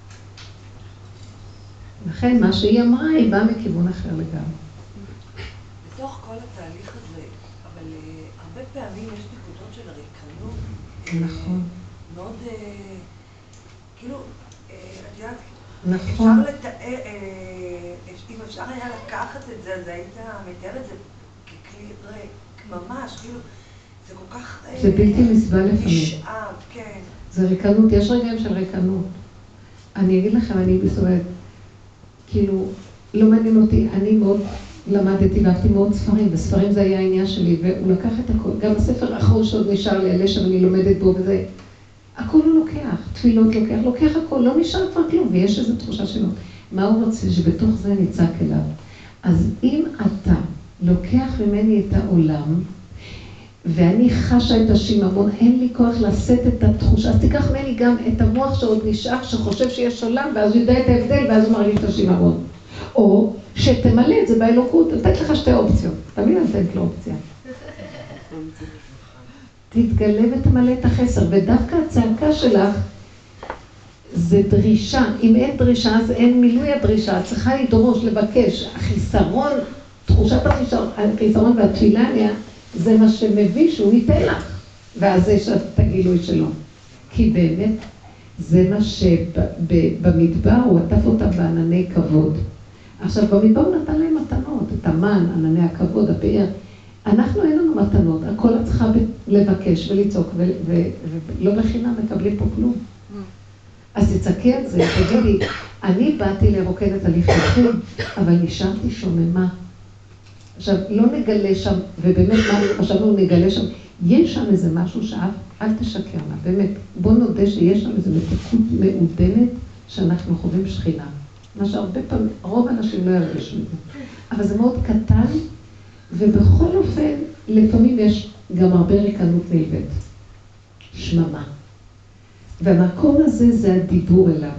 לכן מה שהיא אמרה, היא באה מכיוון אחר לגמרי. בתוך כל התהליך הזה, אבל הרבה פעמים יש נקודות של הריקנות. נכון. מאוד, כאילו, את יודעת, נכון. אפשר לתאר, אם אפשר היה לקחת את זה, אז היית מתאר את זה ככלי ריק, ממש, כאילו, זה כל כך... זה בלתי נסבל לפעמים. נשאב, כן. זה ריקנות, יש רגעים של ריקנות. אני אגיד לכם, אני בסובבת, כאילו, לא מעניין אותי, אני מאוד למדתי ואהבתי מאוד ספרים, וספרים זה היה העניין שלי, והוא לקח את הכל, גם הספר האחרון שעוד נשאר לי, אלה שאני לומדת בו וזה, הכל הוא לוקח, תפילות לוקח, לוקח הכל, לא נשאר כבר כלום, ויש איזו תחושה שלו. מה הוא רוצה? שבתוך זה נצעק אליו. אז אם אתה לוקח ממני את העולם, ואני חשה את השיממון, אין לי כוח לשאת את התחושה, אז תיקח ממני גם את המוח שעוד נשאר, שחושב שיש עולם, ואז הוא יודע את ההבדל, ואז הוא מרגיש את השיממון. או שתמלא את זה באלוקות, נתת לך שתי אופציות. תמיד נתת לו אופציה. תתגלה ותמלא את החסר, ודווקא הצעקה שלך זה דרישה. אם אין דרישה, אז אין מילוי הדרישה. את צריכה לדרוש, לבקש. החיסרון, תחושת החיסרון והתפילה, זה מה שמביא שהוא ייתן לך. ואז זה שאת הגילוי שלו. כי באמת, זה מה שבמדבר הוא עטף אותה בענני כבוד. עכשיו, במדבר הוא נתן להם מתנות, את המן, ענני הכבוד, הפאר. אנחנו אין לנו מתנות, הכל את צריכה לבקש ולצעוק, ולא בחינם מקבלים פה כלום. אז תצעקי על זה, תגידי, אני באתי לרוקן את הליך בחור, אבל נשארתי שוממה. עכשיו, לא נגלה שם, ובאמת מה חשבנו נגלה שם, יש שם איזה משהו שאף, אל תשקר לה, באמת, בוא נודה שיש שם איזה מתיקות מעודנת שאנחנו חווים שכינה. מה שהרבה פעמים, רוב האנשים לא ירגישו את זה. אבל זה מאוד קטן, ובכל אופן, לפעמים יש גם הרבה ריקנות נלווית. שממה. והמקום הזה זה הדיבור אליו.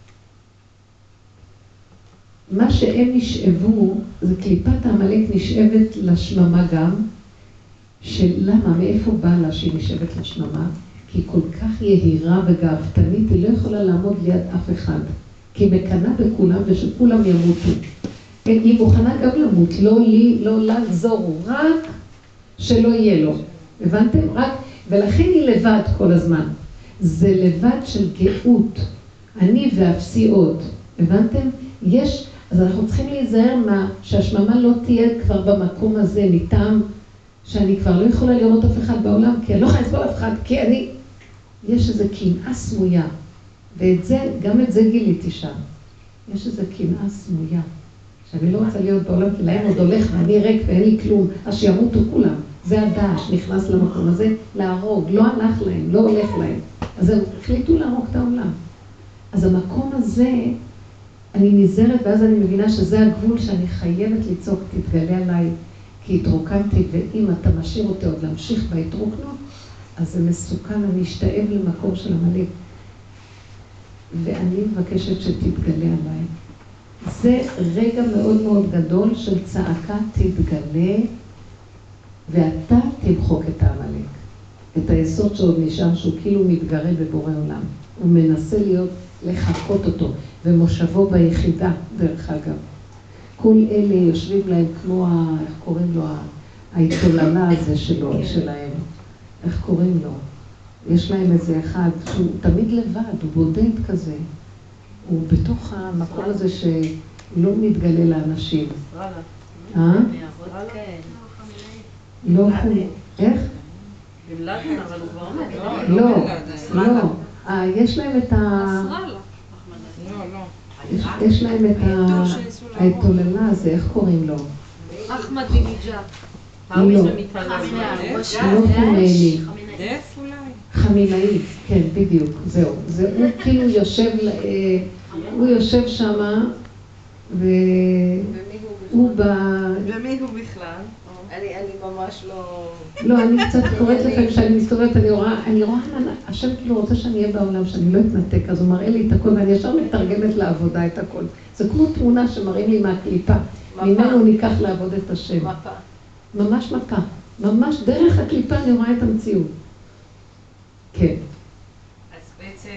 מה שהם נשאבו, זה קליפת העמלק נשאבת לשממה גם, שלמה, מאיפה בא לה שהיא נשאבת לשממה? כי היא כל כך יהירה וגאוותנית, היא לא יכולה לעמוד ליד אף אחד. כי היא מקנה בכולם ושכולם ימותו. היא מוכנה גם למות, לא לי, לא לה, זורו, רק שלא יהיה לו. הבנתם? רק, ולכן היא לבד כל הזמן. זה לבד של גאות. אני ואפסי עוד. הבנתם? יש, אז אנחנו צריכים להיזהר מה, שהשממה לא תהיה כבר במקום הזה, מטעם שאני כבר לא יכולה לראות אף אחד בעולם, כי אני לא יכולה לסבול אף אחד, כי אני... יש איזו קנאה סמויה. ואת זה, גם את זה גיליתי שם. יש איזו קנאה סמויה. שאני לא רוצה להיות בעולם, כי להם עוד הולך ואני ריק ואין לי כלום, אז שימותו כולם. זה הדש, נכנס למקום הזה, להרוג, לא הלך להם, לא הולך להם. אז הם החליטו להרוג את העולם. אז המקום הזה, אני נזהרת, ואז אני מבינה שזה הגבול שאני חייבת לצעוק, תתגלה עליי, כי התרוקנתי, ואם אתה משאיר אותי עוד להמשיך בהתרוקנות, אז זה מסוכן, אני אשתאב למקום של עמלק. ואני מבקשת שתתגלה עליי. זה רגע מאוד מאוד גדול של צעקה תתגלה, ואתה תמחוק את העמלק. את היסוד שעוד נשאר, שהוא כאילו מתגרה בבורא עולם. הוא מנסה להיות, לחקות אותו, ומושבו ביחידה, דרך אגב. כל אלה יושבים להם כמו, ה, איך קוראים לו, ההתוללה הזה שלו, שלהם. איך קוראים לו? יש להם איזה אחד שהוא תמיד לבד, הוא בודד כזה. הוא בתוך המקום הזה שלא מתגלה לאנשים. אה? לא, איך? במלאדן, אבל הוא כבר לא. לא, לא. יש להם את ה... יש להם את ההתוללה הזה, איך קוראים לו? אחמדינג'אד. לא, לא חומייני. דף אולי? חמינאי, כן, בדיוק, זהו. הוא כאילו יושב, הוא יושב שמה, והוא ב... ומי הוא בכלל? אני ממש לא... לא, אני קצת קוראת לכם כשאני מסתובבת, אני רואה, אני רואה, השם כאילו רוצה שאני אהיה בעולם, שאני לא אתנתק, אז הוא מראה לי את הכל, ואני ישר מתרגמת לעבודה את הכל. זה כמו תמונה שמראים לי מהקליפה, ממנו ניקח לעבוד את השם. מפה. ממש מפה, ממש דרך הקליפה אני רואה את המציאות. כן. אז בעצם,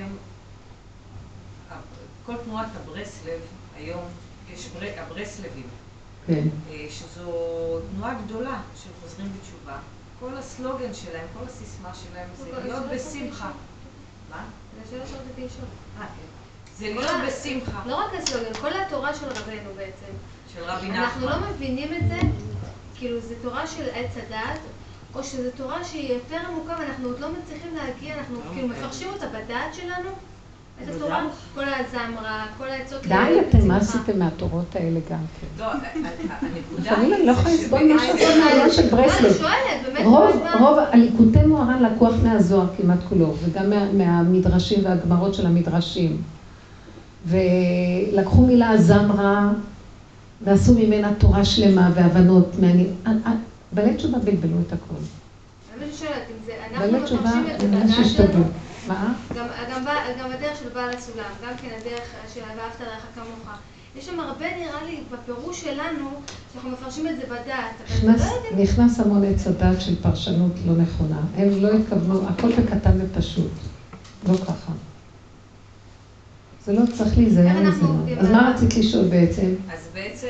כל תנועת הברסלב, היום יש הברסלבים. כן. שזו תנועה גדולה של חוזרים בתשובה. כל הסלוגן שלהם, כל הסיסמה שלהם זה להיות בשמחה. מה? זה שאלה שרציתי לשאול. אה, כן. זה להיות בשמחה. לא רק הסלוגן, כל התורה של רבנו בעצם. של רבי נחמן. אנחנו לא מבינים את זה, כאילו זה תורה של עץ הדעת, או שזו תורה שהיא יותר עמוקה ואנחנו עוד לא מצליחים להגיע, אנחנו כאילו מפרשים אותה בדעת שלנו, את התורה, כל הזמרה, כל העצות די, אתם מה עשיתם מהתורות האלה גם כן? לא, הנקודה... לפעמים אני לא יכולה לסבול משהו כל מהעניין של ברסלב. אני שואלת, באמת... רוב הליקוטי מוהר"ן לקוח מהזוהר כמעט כולו, וגם מהמדרשים והגמרות של המדרשים. ולקחו מילה זמרה, ועשו ממנה תורה שלמה והבנות מעניינות. בעלי תשובה בלבלו את הכל. אני שואלת, אם זה, אנחנו מפרשים את זה בעלי בדעת תשובה, שלנו, מה? גם הדרך של בעל הסולם, גם כן הדרך של ואהבת לרעך כמוך. יש שם הרבה, נראה לי, בפירוש שלנו, שאנחנו מפרשים את זה בדעת. נכנס המון עץ הדעת של פרשנות לא נכונה. הם לא התכוונו, הכל בקטן ופשוט. לא ככה. זה לא צריך להיזהר מזה. אז מה רצית לשאול בעצם? אז בעצם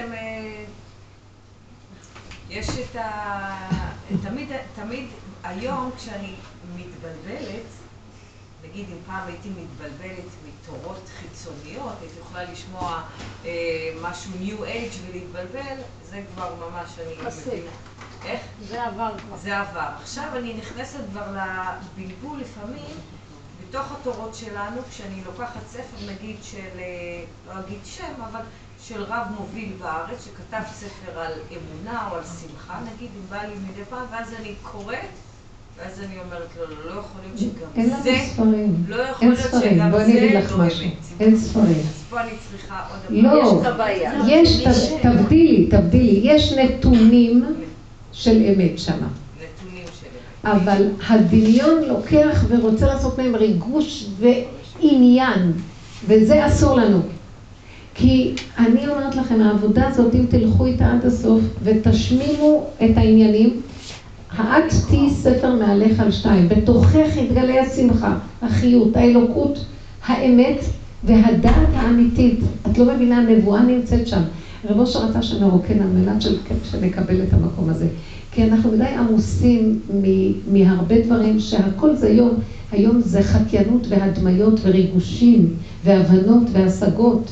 יש את ה... תמיד, תמיד היום כשאני מתבלבלת, נגיד אם פעם הייתי מתבלבלת מתורות חיצוניות, הייתי יכולה לשמוע אה, משהו New Age ולהתבלבל, זה כבר ממש אני מבין. איך? זה עבר כבר. זה עבר. עכשיו אני נכנסת כבר לבלבול לפעמים, בתוך התורות שלנו, כשאני לוקחת ספר נגיד של, לא אגיד שם, אבל של רב מוביל בארץ, שכתב ספר על אמונה או על שמחה, נגיד אם בא לי מדי פעם, ואז אני קוראת, ואז אני אומרת לו, לא יכול להיות שגם אין זה... לנו ספרים. לא יכול אין להיות ספרים. שגם בואי אני אגיד זה לך לא משהו. אמת. אין ספרים. אז פה אני צריכה עוד דבר. לא. יש את הבעיה. יש, ת- תבדילי, תבדילי. יש נתונים של אמת שמה. נתונים של אמת. אבל הדמיון לוקח ורוצה לעשות מהם ריגוש ועניין, וזה אסור לנו. כי אני אומרת לכם, העבודה הזאת, אם תלכו איתה עד הסוף ותשמימו את העניינים, האט תהי ספר מעליך על שתיים, בתוכך יתגלה השמחה, החיות, האלוקות, האמת והדעת האמיתית. את לא מבינה, הנבואה נמצאת שם. רב אושר רצה שנרוקן על מנת שנקבל את המקום הזה. כי אנחנו מדי עמוסים מהרבה דברים שהכל זה יום. היום זה חקיינות והדמיות וריגושים והבנות והשגות.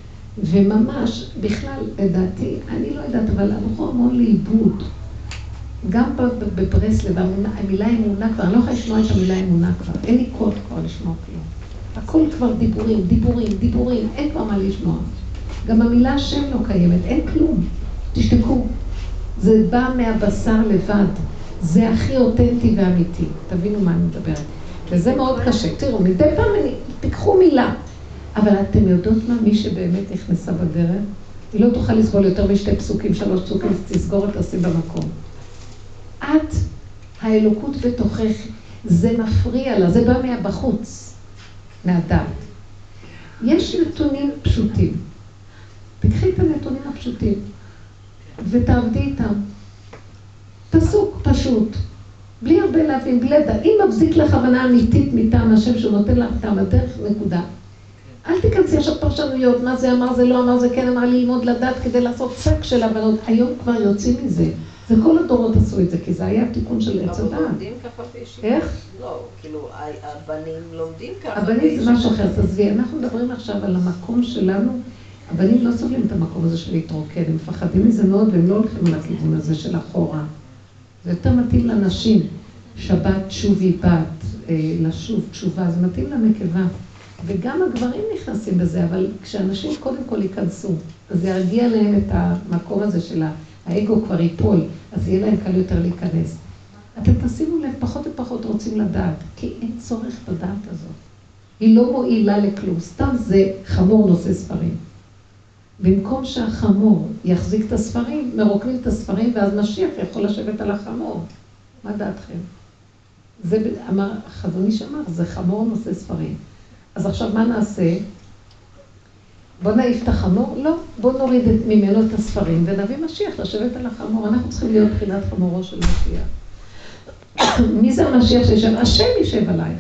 וממש, בכלל, לדעתי, אני לא יודעת, אבל הלכו המון לאיבוד. גם בברסלב, המילה אמונה כבר, אני לא יכולה לשמוע את המילה אמונה כבר. אין לי קוד כבר לשמוע כלום. הכל כבר דיבורים, דיבורים, דיבורים, אין כבר מה לשמוע. גם המילה השם לא קיימת, אין כלום. תשתקו. זה בא מהבשר לבד. זה הכי אותנטי ואמיתי. תבינו מה אני מדברת. וזה מאוד קשה. תראו, מדי פעם אני, תיקחו מילה. אבל אתם יודעות מה? מי שבאמת נכנסה בדרך, היא לא תוכל לסבול יותר משתי פסוקים, שלוש פסוקים, תסגור את הסים במקום. את, האלוקות בתוכך, זה מפריע לה, זה בא מהבחוץ, מהדם. יש נתונים פשוטים. תקחי את הנתונים הפשוטים ותעבדי איתם. פסוק פשוט, בלי הרבה להבין, בלי לדע. אם מבזיק לך הבנה אמיתית מטעם השם שהוא נותן לך טעם הדרך, נקודה. אל תיכנסי עכשיו פרשנויות, מה זה אמר, זה לא אמר, זה כן אמר, ללמוד לדעת כדי לעשות שק של הבנות. היום כבר יוצאים מזה. זה כל הדורות עשו את זה, כי זה היה תיקון של עץ הדעת. אבל לומדים ככה בישיבה? איך? לא, כאילו, הבנים לומדים ככה הבנים זה משהו אחר, תעזבי, אנחנו מדברים עכשיו על המקום שלנו, הבנים לא סובלים את המקום הזה של להתרוקן, הם מפחדים מזה מאוד, והם לא הולכים לכיוון הזה של אחורה. זה יותר מתאים לנשים, שבת שובי בת, לשוב, תשובה, זה מתאים לנקבה. וגם הגברים נכנסים בזה, אבל כשאנשים קודם כל ייכנסו, אז ירגיע להם את המקום הזה של האגו כבר ייפול, אז יהיה להם קל יותר להיכנס. אתם תשימו לב, פחות ופחות רוצים לדעת, כי אין צורך בדעת הזאת. היא לא מועילה לכלום, סתם זה חמור נושא ספרים. במקום שהחמור יחזיק את הספרים, מרוקנים את הספרים, ואז משיח יכול לשבת על החמור. מה דעתכם? זה אמר, חזון איש אמר, זה חמור נושא ספרים. אז עכשיו מה נעשה? בוא נעיף את החמור? לא, בוא נוריד את ממנו את הספרים ונביא משיח לשבת על החמור. אנחנו צריכים להיות בחינת חמורו של משיח. מי זה המשיח שישב? השם יישב עלייך.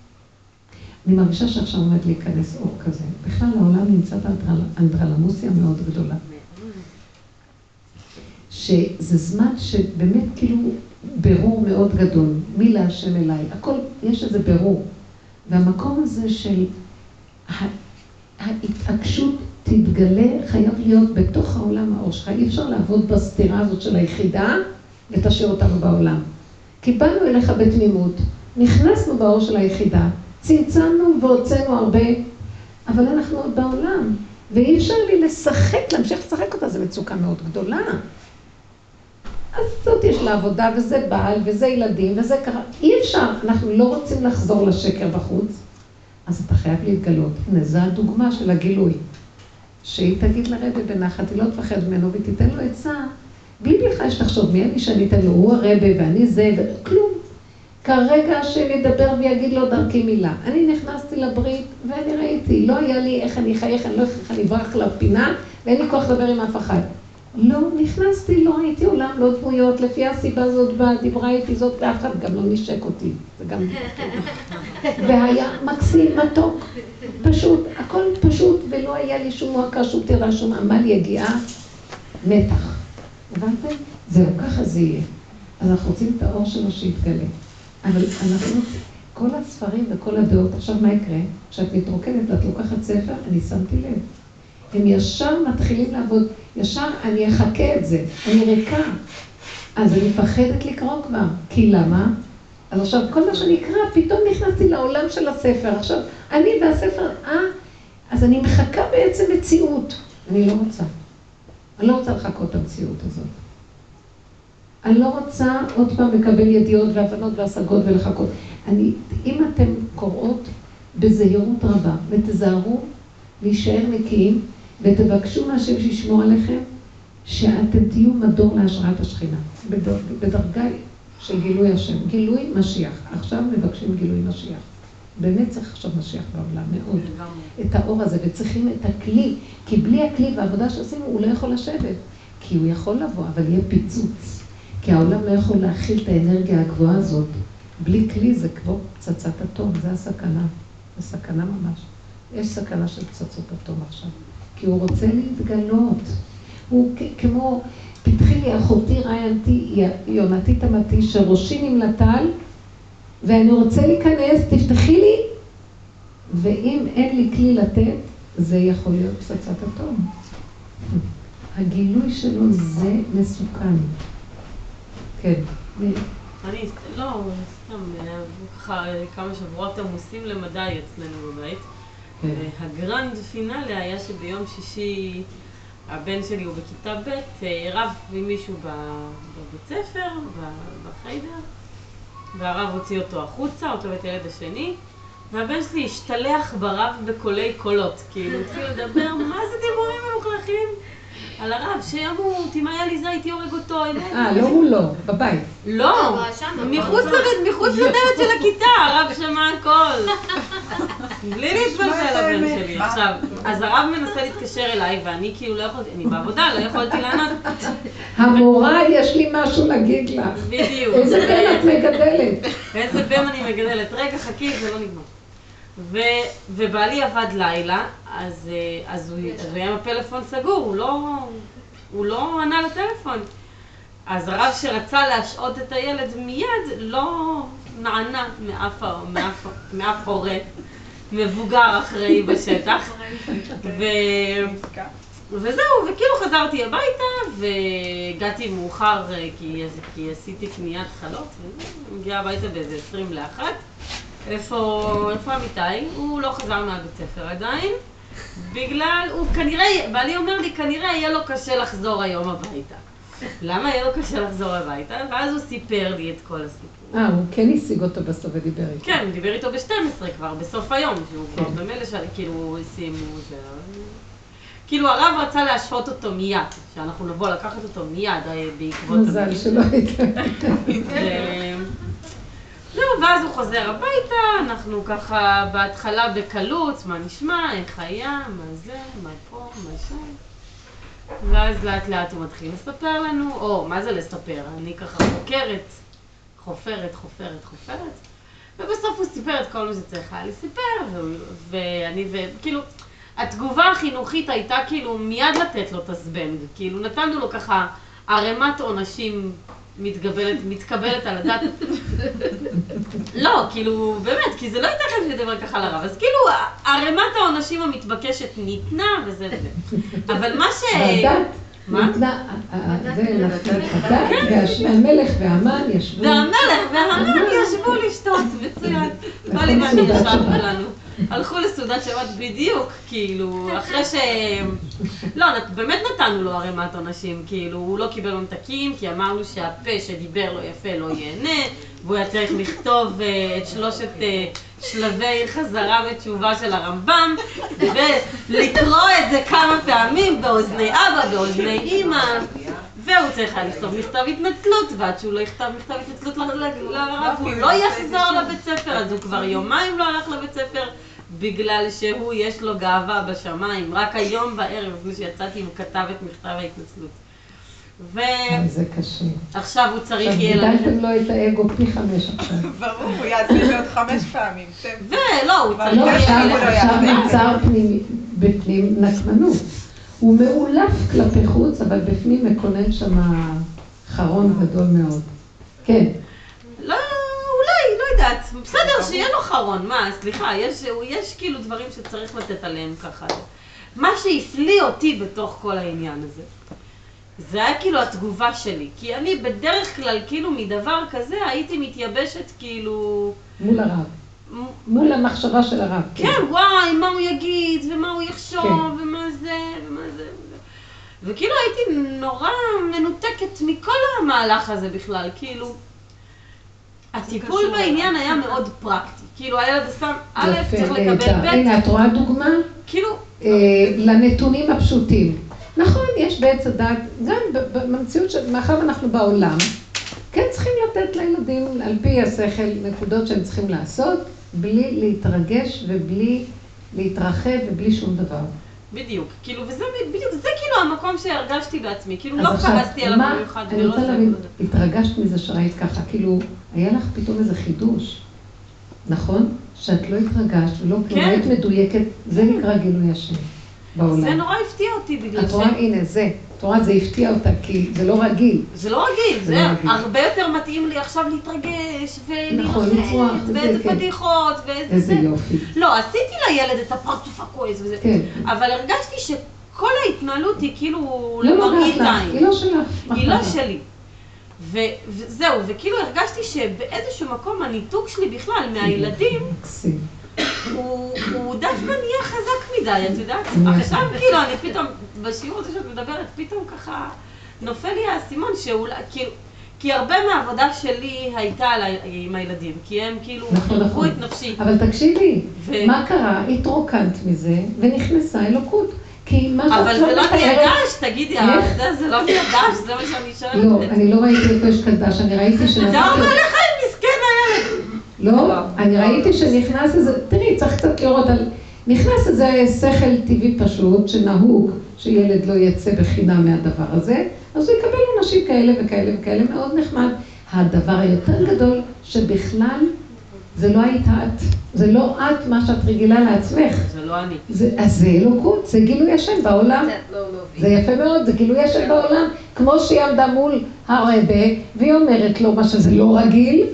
אני מרגישה שעכשיו עומד להיכנס אור כזה. בכלל העולם נמצא באנדרלמוסיה מאוד גדולה. שזה זמן שבאמת כאילו ברור מאוד גדול. מי להשם אליי? הכל, יש איזה ברור. והמקום הזה של ההתעקשות תתגלה, חייב להיות בתוך העולם האור שלך. אי אפשר לעבוד בסתירה הזאת של היחידה ותשאיר אותנו בעולם. כי באנו אליך בתמימות, נכנסנו באור של היחידה, צמצמנו והוצאנו הרבה, אבל אנחנו עוד בעולם. ואי אפשר לי לשחק, להמשיך לשחק אותה, זו מצוקה מאוד גדולה. אז זאת יש לה עבודה, וזה בעל, וזה ילדים, וזה קרה. אי אפשר, אנחנו לא רוצים לחזור לשקר בחוץ, אז אתה חייב להתגלות. הנה, זו הדוגמה של הגילוי. שהיא תגיד לרבי בנחת, היא לא תפחד ממנו, ותיתן לו עצה. בלי בכלל שתחשוב, מי אני שאני אתן לו? הוא הרבי ואני זה, וכלום. כרגע השם ידבר ויגיד לו דרכי מילה. אני נכנסתי לברית, ואני ראיתי, לא היה לי איך אני חייך, אני לא איך אני אברח לפינה, ואין לי כוח לדבר עם אף אחד. לא, נכנסתי, לא ראיתי עולם, לא דמויות, לפי הסיבה הזאת באה, דיברה איתי זאת, ואף אחד גם לא נשק אותי. זה גם... והיה מקסים, מתוק, פשוט, הכל פשוט, ולא היה לי שום מועקה, שום תירה, שום עמל יגיעה, מתח. הבנתם? זהו, ככה זה יהיה. אז אנחנו רוצים את האור שלו שיתגלה. אבל אנחנו, כל הספרים וכל הדעות, עכשיו מה יקרה? כשאת מתרוקנת ואת לוקחת ספר, אני שמתי לב. הם ישר מתחילים לעבוד, ישר אני אחכה את זה, אני ריקה. אז אני מפחדת לקרוא כבר. כי למה? אז עכשיו, כל מה שאני אקרא, פתאום נכנסתי לעולם של הספר. עכשיו, אני והספר, אה, אז אני מחכה בעצם מציאות. אני לא רוצה. אני לא רוצה לחכות את המציאות הזאת. אני לא רוצה עוד פעם לקבל ידיעות והבנות והשגות ולחכות. אני, אם אתם קוראות בזהירות רבה ותזהרו להישאר נקיים ותבקשו מהשם שישמור עליכם, שאתם תהיו מדור להשראת השכינה, בדרג, בדרגה של גילוי השם, גילוי משיח. עכשיו מבקשים גילוי משיח. באמת צריך עכשיו משיח בעולם, מאוד. את האור הזה, וצריכים את הכלי, כי בלי הכלי והעבודה שעשינו הוא לא יכול לשבת. כי הוא יכול לבוא, אבל יהיה פיצוץ. כי העולם לא יכול להכיל את האנרגיה הגבוהה הזאת. בלי כלי זה כמו פצצת אטום, זה הסכנה. זה סכנה ממש. יש סכנה של פצצות אטום עכשיו. כי הוא רוצה להתגלות. הוא כמו, פתחי לי אחותי רעיינתי, יונתי תמתי, שראשי נמלטל, ואני רוצה להיכנס, תפתחי לי, ואם אין לי כלי לתת, זה יכול להיות פצצת אטום. הגילוי שלו זה מסוכן. כן. אני, לא, סתם, ככה כמה שבועות עמוסים למדי אצלנו בבית. הגרנד פינאלי היה שביום שישי הבן שלי הוא בכיתה ב' רב עם מישהו בבית ספר, בחיידר, והרב הוציא אותו החוצה, אותו ואת הילד השני, והבן שלי השתלח ברב בקולי קולות, כאילו התחיל לדבר, מה זה דיבורים מלוכלכים? על הרב, שימות, אם היה לי זית יורג אותו, אה, לא הוא לא, בבית. לא, מחוץ לדלת של הכיתה, הרב שמע הכל. בלי להתבלבל הבן שלי. עכשיו, אז הרב מנסה להתקשר אליי, ואני כאילו לא יכולתי, אני בעבודה, לא יכולתי לענות. המורה, יש לי משהו להגיד לך. בדיוק. איזה בן את מגדלת. איזה בן אני מגדלת. רגע, חכי, זה לא נגמר. ובעלי עבד לילה, אז הוא היה עם הפלאפון סגור, הוא לא ענה לטלפון. אז הרב שרצה להשעות את הילד מיד לא נענה מאף הורה מבוגר אחראי בשטח. וזהו, וכאילו חזרתי הביתה והגעתי מאוחר כי עשיתי קניית חלות, מגיעה הביתה באיזה עשרים לאחת. איפה, איפה אמיתי? הוא לא חזר מהבית ספר עדיין, בגלל, הוא כנראה, בעלי אומר לי, כנראה יהיה לו קשה לחזור היום הביתה. למה יהיה לו קשה לחזור הביתה? ואז הוא סיפר לי את כל הסיפור. אה, הוא כן השיג אותו בסוף ודיבר איתו. כן, הוא דיבר איתו ב-שתים עשרה כבר, בסוף היום, שהוא כבר במילא של, כאילו, סיימו, כאילו הרב רצה להשפוט אותו מיד, שאנחנו נבוא לקחת אותו מיד בעקבות... מזל שלא הייתה. זהו, ואז הוא חוזר הביתה, אנחנו ככה בהתחלה בקלות, מה נשמע, איך היה, מה זה, מה פה, מה שם. ואז לאט לאט הוא מתחיל לספר לנו, או מה זה לספר, אני ככה חוקרת, חופרת, חופרת, חופרת. ובסוף הוא סיפר את כל מה שצריך היה לספר, ואני, וכאילו, התגובה החינוכית הייתה כאילו מיד לתת לו את הזבנג, כאילו נתנו לו ככה ערימת עונשים מתקבלת, מתקבלת על הדת. לא, כאילו, באמת, כי זה לא ייתכן שדבר ככה לרב. אז כאילו, ערימת העונשים המתבקשת ניתנה וזה וזה. אבל מה ש... והדת ניתנה, זה נתן הדת, והמלך והמן ישבו. והמלך והמן ישבו לשתות, מצוין. כל אימן ישבנו לנו. הלכו לסעודת שבת בדיוק, כאילו, אחרי ש... לא, באמת נתנו לו ערימת עונשים, כאילו, הוא לא קיבל ממתקים, כי אמרנו שהפה שדיבר לו יפה לא ייהנה, והוא היה צריך לכתוב את שלושת שלבי חזרה ותשובה של הרמב"ם, ולקרוא את זה כמה פעמים באוזני אבא, באוזני אמא, והוא צריך היה לכתוב מכתב התנצלות, ועד שהוא לא יכתב מכתב התנצלות לרב, הוא לא יחזור לבית ספר, אז הוא כבר יומיים לא הלך לבית ספר, בגלל שהוא יש לו גאווה בשמיים. רק היום בערב, לפני שיצאתי, הוא כתב את מכתב ההתנצלות. ו... זה קשה. עכשיו הוא צריך יהיה... עכשיו גידלתם לו את האגו פי חמש עכשיו. ברור, הוא יעשה לי עוד חמש פעמים. ולא, הוא צריך... עכשיו נמצא בפנים נקמנות. הוא מאולף כלפי חוץ, אבל בפנים מקונן שם חרון גדול מאוד. כן. לא, אולי, לא יודעת. בסדר, שיהיה לו חרון. מה, סליחה, יש, יש כאילו דברים שצריך לתת עליהם ככה. מה שהפליא אותי בתוך כל העניין הזה, זה היה כאילו התגובה שלי. כי אני בדרך כלל, כאילו מדבר כזה, הייתי מתייבשת כאילו... מול הרב. מול המחשבה של הרב. כן, וואי, מה הוא יגיד, ומה הוא יחשוב, ומה זה, ומה זה. וכאילו הייתי נורא מנותקת מכל המהלך הזה בכלל, כאילו, הטיפול בעניין היה מאוד פרקטי, כאילו הילד סתם, א', צריך לקבל ב', הנה, את רואה דוגמה? כאילו, לנתונים הפשוטים. נכון, יש בעץ הדת, גם במציאות שמאחר אנחנו בעולם, כן צריכים לתת לילדים על פי השכל נקודות שהם צריכים לעשות, בלי להתרגש ובלי להתרחב ובלי שום דבר. בדיוק, כאילו, וזה בדיוק, זה כאילו המקום שהרגשתי בעצמי, כאילו לא כעסתי עליו במיוחד. אני רוצה להבין, התרגשת מזה שראית ככה, כאילו, היה לך פתאום איזה חידוש, נכון? שאת לא התרגשת ולא כאילו היית מדויקת, זה נקרא גילוי השם בעולם. זה נורא הפתיע אותי בגלל ש... את רואה, הנה, זה, את רואה, זה הפתיע אותה, כי זה לא רגיל. זה לא רגיל, זה הרבה יותר מתאים לי עכשיו להתרגש ולהתרגש, ואיזה פתיחות, ואיזה זה. איזה יופי. לא, עשיתי לילד את הפרצוף הכועס וזה, אבל הרגשתי שכל ההתנהלות היא כאילו למראית עין. היא לא שלך. היא לא שלי. וזהו, וכאילו הרגשתי שבאיזשהו מקום הניתוק שלי בכלל מהילדים, הוא דווקא נהיה חזק מדי, את יודעת? עכשיו כאילו, אני פתאום, בשיעור הזה שאת מדברת, פתאום ככה נופל לי האסימון שאולי, כאילו, כי הרבה מהעבודה שלי הייתה עם הילדים, כי הם כאילו הלכו את נפשי. אבל תקשיבי, מה קרה? התרוקנת מזה ונכנסה אלוקות. אבל זה לא נרגש, תגידי, זה לא נרגש, זה מה שאני שואלת. לא, אני לא ראיתי איפה יש קדש, אני ראיתי שנכנס... זה אומר לך, מסכן הילד. לא, אני ראיתי שנכנס איזה... תראי, צריך קצת לראות על... נכנס איזה שכל טבעי פשוט, שנהוג, שילד לא יצא בחינם מהדבר הזה, אז הוא יקבל אנשים כאלה וכאלה וכאלה, מאוד נחמד. הדבר היותר גדול, שבכלל זה לא היית את. זה לא את מה שאת רגילה לעצמך. זה לא אני. אז זה אלוקות, זה גילוי השם בעולם. זה יפה מאוד, זה גילוי השם בעולם. כמו שהיא עמדה מול הרבה, והיא אומרת לו מה שזה לא רגיל,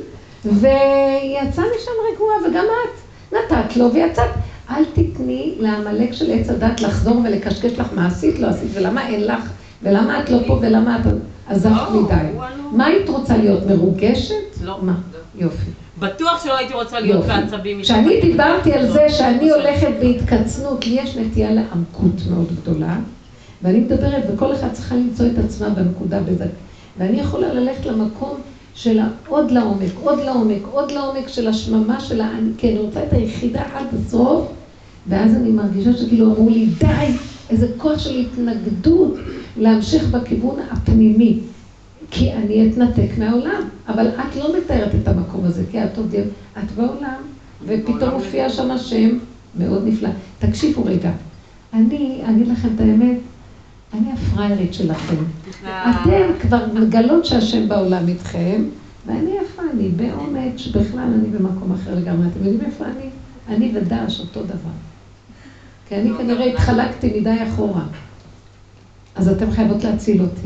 והיא יצאה משם רגועה, וגם את נתת לו ויצאת. אל תתני לעמלק של עץ הדת לחזור ולקשקש לך מה עשית, לא עשית, ולמה אין לך, ולמה את לא פה, ולמה את עזבת מדי. מה היית רוצה להיות, מרוגשת? לא. מה? יופי. בטוח שלא הייתי רוצה להיות בעצבים. כשאני דיברתי על זה שאני הולכת בהתקצנות, לי יש נטייה לעמקות מאוד גדולה, ואני מדברת, וכל אחד צריכה למצוא את עצמה בנקודה בזה. ואני יכולה ללכת למקום של עוד לעומק, עוד לעומק, עוד לעומק של השממה שלה, כי אני רוצה את היחידה עד הסוף, ואז אני מרגישה שכאילו אמרו לי, די, איזה כוח של התנגדות להמשיך בכיוון הפנימי. כי אני אתנתק מהעולם, אבל את לא מתארת את המקום הזה, כי את עוד את בעולם, ופתאום מופיע שם השם מאוד נפלא. תקשיבו רגע, אני אגיד לכם את האמת, אני הפריירית שלכם. אתם כבר מגלות שהשם בעולם איתכם, ואני איפה אני, בעומד שבכלל אני במקום אחר לגמרי. אתם יודעים איפה אני? אני ודש אותו דבר. כי אני כנראה התחלקתי מדי אחורה. אז אתם חייבות להציל אותי.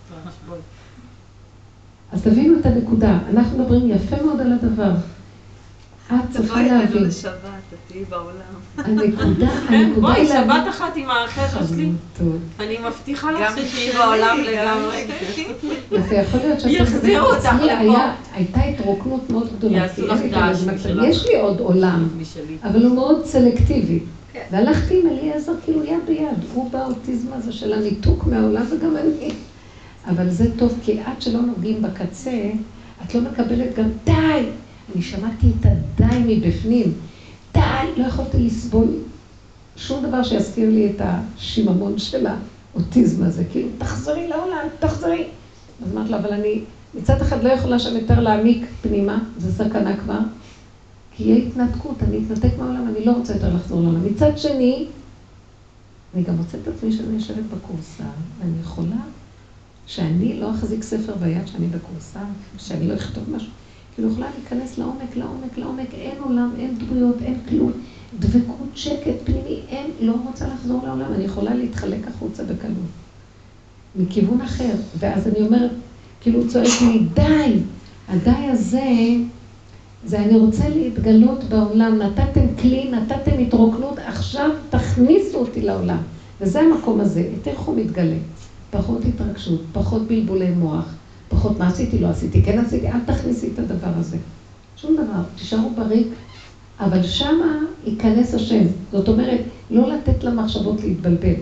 אז תבינו את הנקודה, אנחנו מדברים יפה מאוד על הדבר. את צריכה להבין. תבואי אלינו לשבת, תהיי בעולם. הנקודה, כן, בואי, שבת אחת עם החבר'ה שלי. טוב. אני מבטיחה לך שתהיי בעולם לגמרי. זה יכול להיות שאתם... יחזירו אותך לפה. הייתה התרוקנות מאוד גדולה. יעשו לך דש משלך. יש לי עוד עולם, אבל הוא מאוד סלקטיבי. והלכתי עם אליעזר כאילו יד ביד. הוא באוטיזם הזה של הניתוק מהעולם וגם אני. אבל זה טוב, כי עד שלא נוגעים בקצה, את לא מקבלת גם די. אני שמעתי את הדי מבפנים. די, לא יכולתי לסבול שום דבר שיזכיר לי את השיממון של האוטיזם הזה. כאילו, תחזרי לעולם, תחזרי. אז אמרת לה, אבל אני מצד אחד לא יכולה שם יותר להעמיק פנימה, זה סכנה כבר, כי יהיה התנתקות, אני אתנתק מהעולם, אני לא רוצה יותר לחזור לעולם. מצד שני, אני גם מוצאת את עצמי שאני יושבת בקורסה, ואני יכולה שאני לא אחזיק ספר ביד שאני בקורסה, שאני לא אכתוב משהו, כאילו יכולה להיכנס לעומק, לעומק, לעומק, אין עולם, אין דמויות, אין כלום, דבקות, שקט, פנימי, אין, לא רוצה לחזור לעולם, אני יכולה להתחלק החוצה בקלות, מכיוון אחר, ואז אני אומרת, כאילו צועק לי, די, הדי הזה, זה אני רוצה להתגלות בעולם, נתתם כלי, נתתם התרוקנות, עכשיו תכניסו אותי לעולם, וזה המקום הזה, איך הוא מתגלה. פחות התרגשות, פחות בלבולי מוח, פחות מה עשיתי, לא עשיתי, כן עשיתי, אל תכניסי את הדבר הזה. שום דבר, תשארו בריק, אבל שמה ייכנס השם. זאת אומרת, לא לתת למחשבות להתבלבל.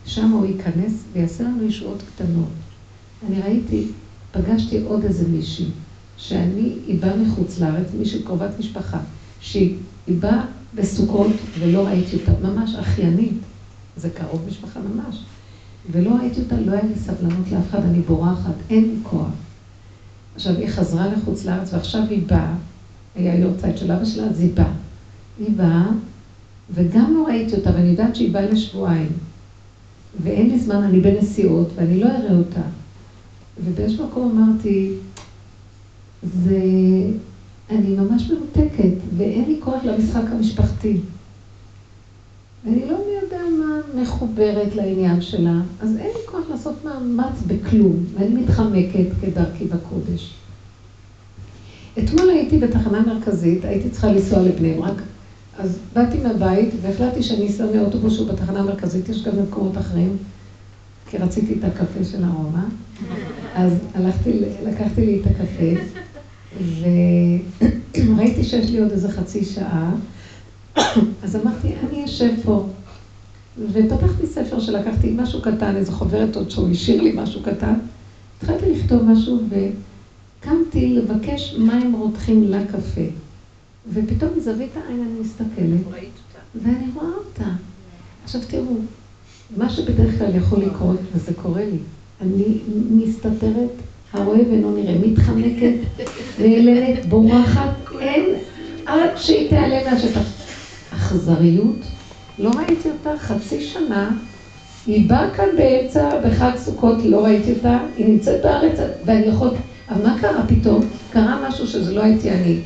שם הוא ייכנס ויעשה לנו ישועות קטנות. אני ראיתי, פגשתי עוד איזה מישהי, שאני, היא באה מחוץ לארץ, מישהי קרובת משפחה, שהיא באה בסוכות ולא ראיתי אותה, ממש אחיינית, זה קרוב משפחה ממש, ולא ראיתי אותה, לא היה לי סבלנות לאף אחד, אני בורחת, אין לי כוח. עכשיו היא חזרה לחוץ לארץ ועכשיו היא באה, היה יורצייט של אבא שלה, אז היא באה. היא באה, וגם לא ראיתי אותה, ואני יודעת שהיא באה לשבועיים. ואין לי זמן, אני בנסיעות, ואני לא אראה אותה. ובאיזשהו מקום אמרתי, זה... אני ממש מנותקת, ואין לי כוח למשחק המשפחתי. ואני לא מי יודע מה מחוברת לעניין שלה, אז אין לי כוח לעשות מאמץ בכלום, ואני מתחמקת כדרכי בקודש. אתמול הייתי בתחנה מרכזית, הייתי צריכה לנסוע לבני ברק, אז באתי מהבית והחלטתי שאני אסע מאוטובוס שהוא בתחנה המרכזית, יש גם במקומות אחרים, כי רציתי את הקפה של הרומא, אז הלכתי, לקחתי לי את הקפה, וראיתי שיש לי עוד איזה חצי שעה, אז אמרתי, אני אשב פה, ופתחתי ספר שלקחתי משהו קטן, איזה חוברת עוד שהוא השאיר לי משהו קטן, התחלתי לכתוב משהו וקמתי לבקש מים רותחים לקפה. ופתאום מזווית העין אני מסתכלת, ואני רואה אותה. עכשיו תראו, מה שבדרך כלל יכול לקרות, וזה קורה לי, אני מסתתרת, הרואה ואינו נראה, מתחמקת, נעלמת, בורחת, אין עד שהיא תעלה מהשטח. אכזריות, לא ראיתי אותה חצי שנה, היא באה כאן באמצע, בחג סוכות, לא ראיתי אותה, היא נמצאת בארץ, ואני יכול... אבל מה קרה פתאום? קרה משהו שזה לא הייתי אני.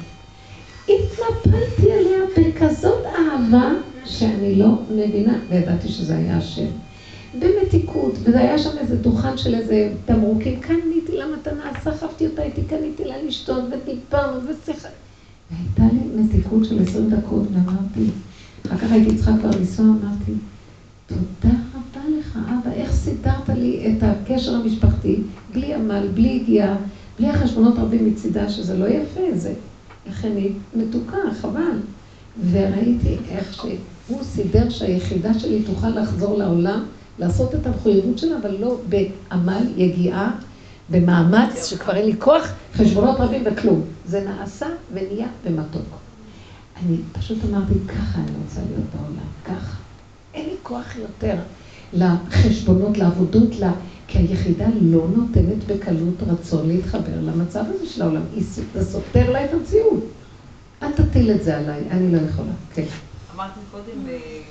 התנפלתי עליה בכזאת אהבה שאני לא מבינה, וידעתי שזה היה השם. במתיקות, וזה היה שם איזה דוכן של איזה תמרוקים, קניתי לה מתנה, סחבתי אותה, הייתי קניתי לה לשתות וטיפרנו ושיחה. והייתה לי מתיקות של עשרים דקות, ואמרתי, אחר כך הייתי צריכה כבר לנסוע, אמרתי, תודה רבה לך, אבא, איך סידרת לי את הקשר המשפחתי, בלי עמל, בלי הגיעה, בלי החשבונות רבים מצידה, שזה לא יפה, זה איך אני מתוקה, חבל. וראיתי איך שהוא סידר שהיחידה שלי תוכל לחזור לעולם, לעשות את המחויבות שלה, אבל לא בעמל, יגיעה, במאמץ, שכבר אין לי כוח, חשבונות רבים וכלום. זה נעשה ונהיה במתוק. אני פשוט אמרתי, ככה אני רוצה להיות בעולם, ככה. אין לי כוח יותר לחשבונות, לעבודות, לה, כי היחידה לא נותנת בקלות רצון להתחבר למצב הזה של העולם. זה סותר לה את המציאות. אל תטיל את זה עליי, אני לא יכולה. כן. אמרתם קודם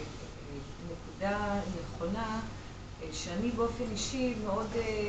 בנקודה נכונה, שאני באופן אישי מאוד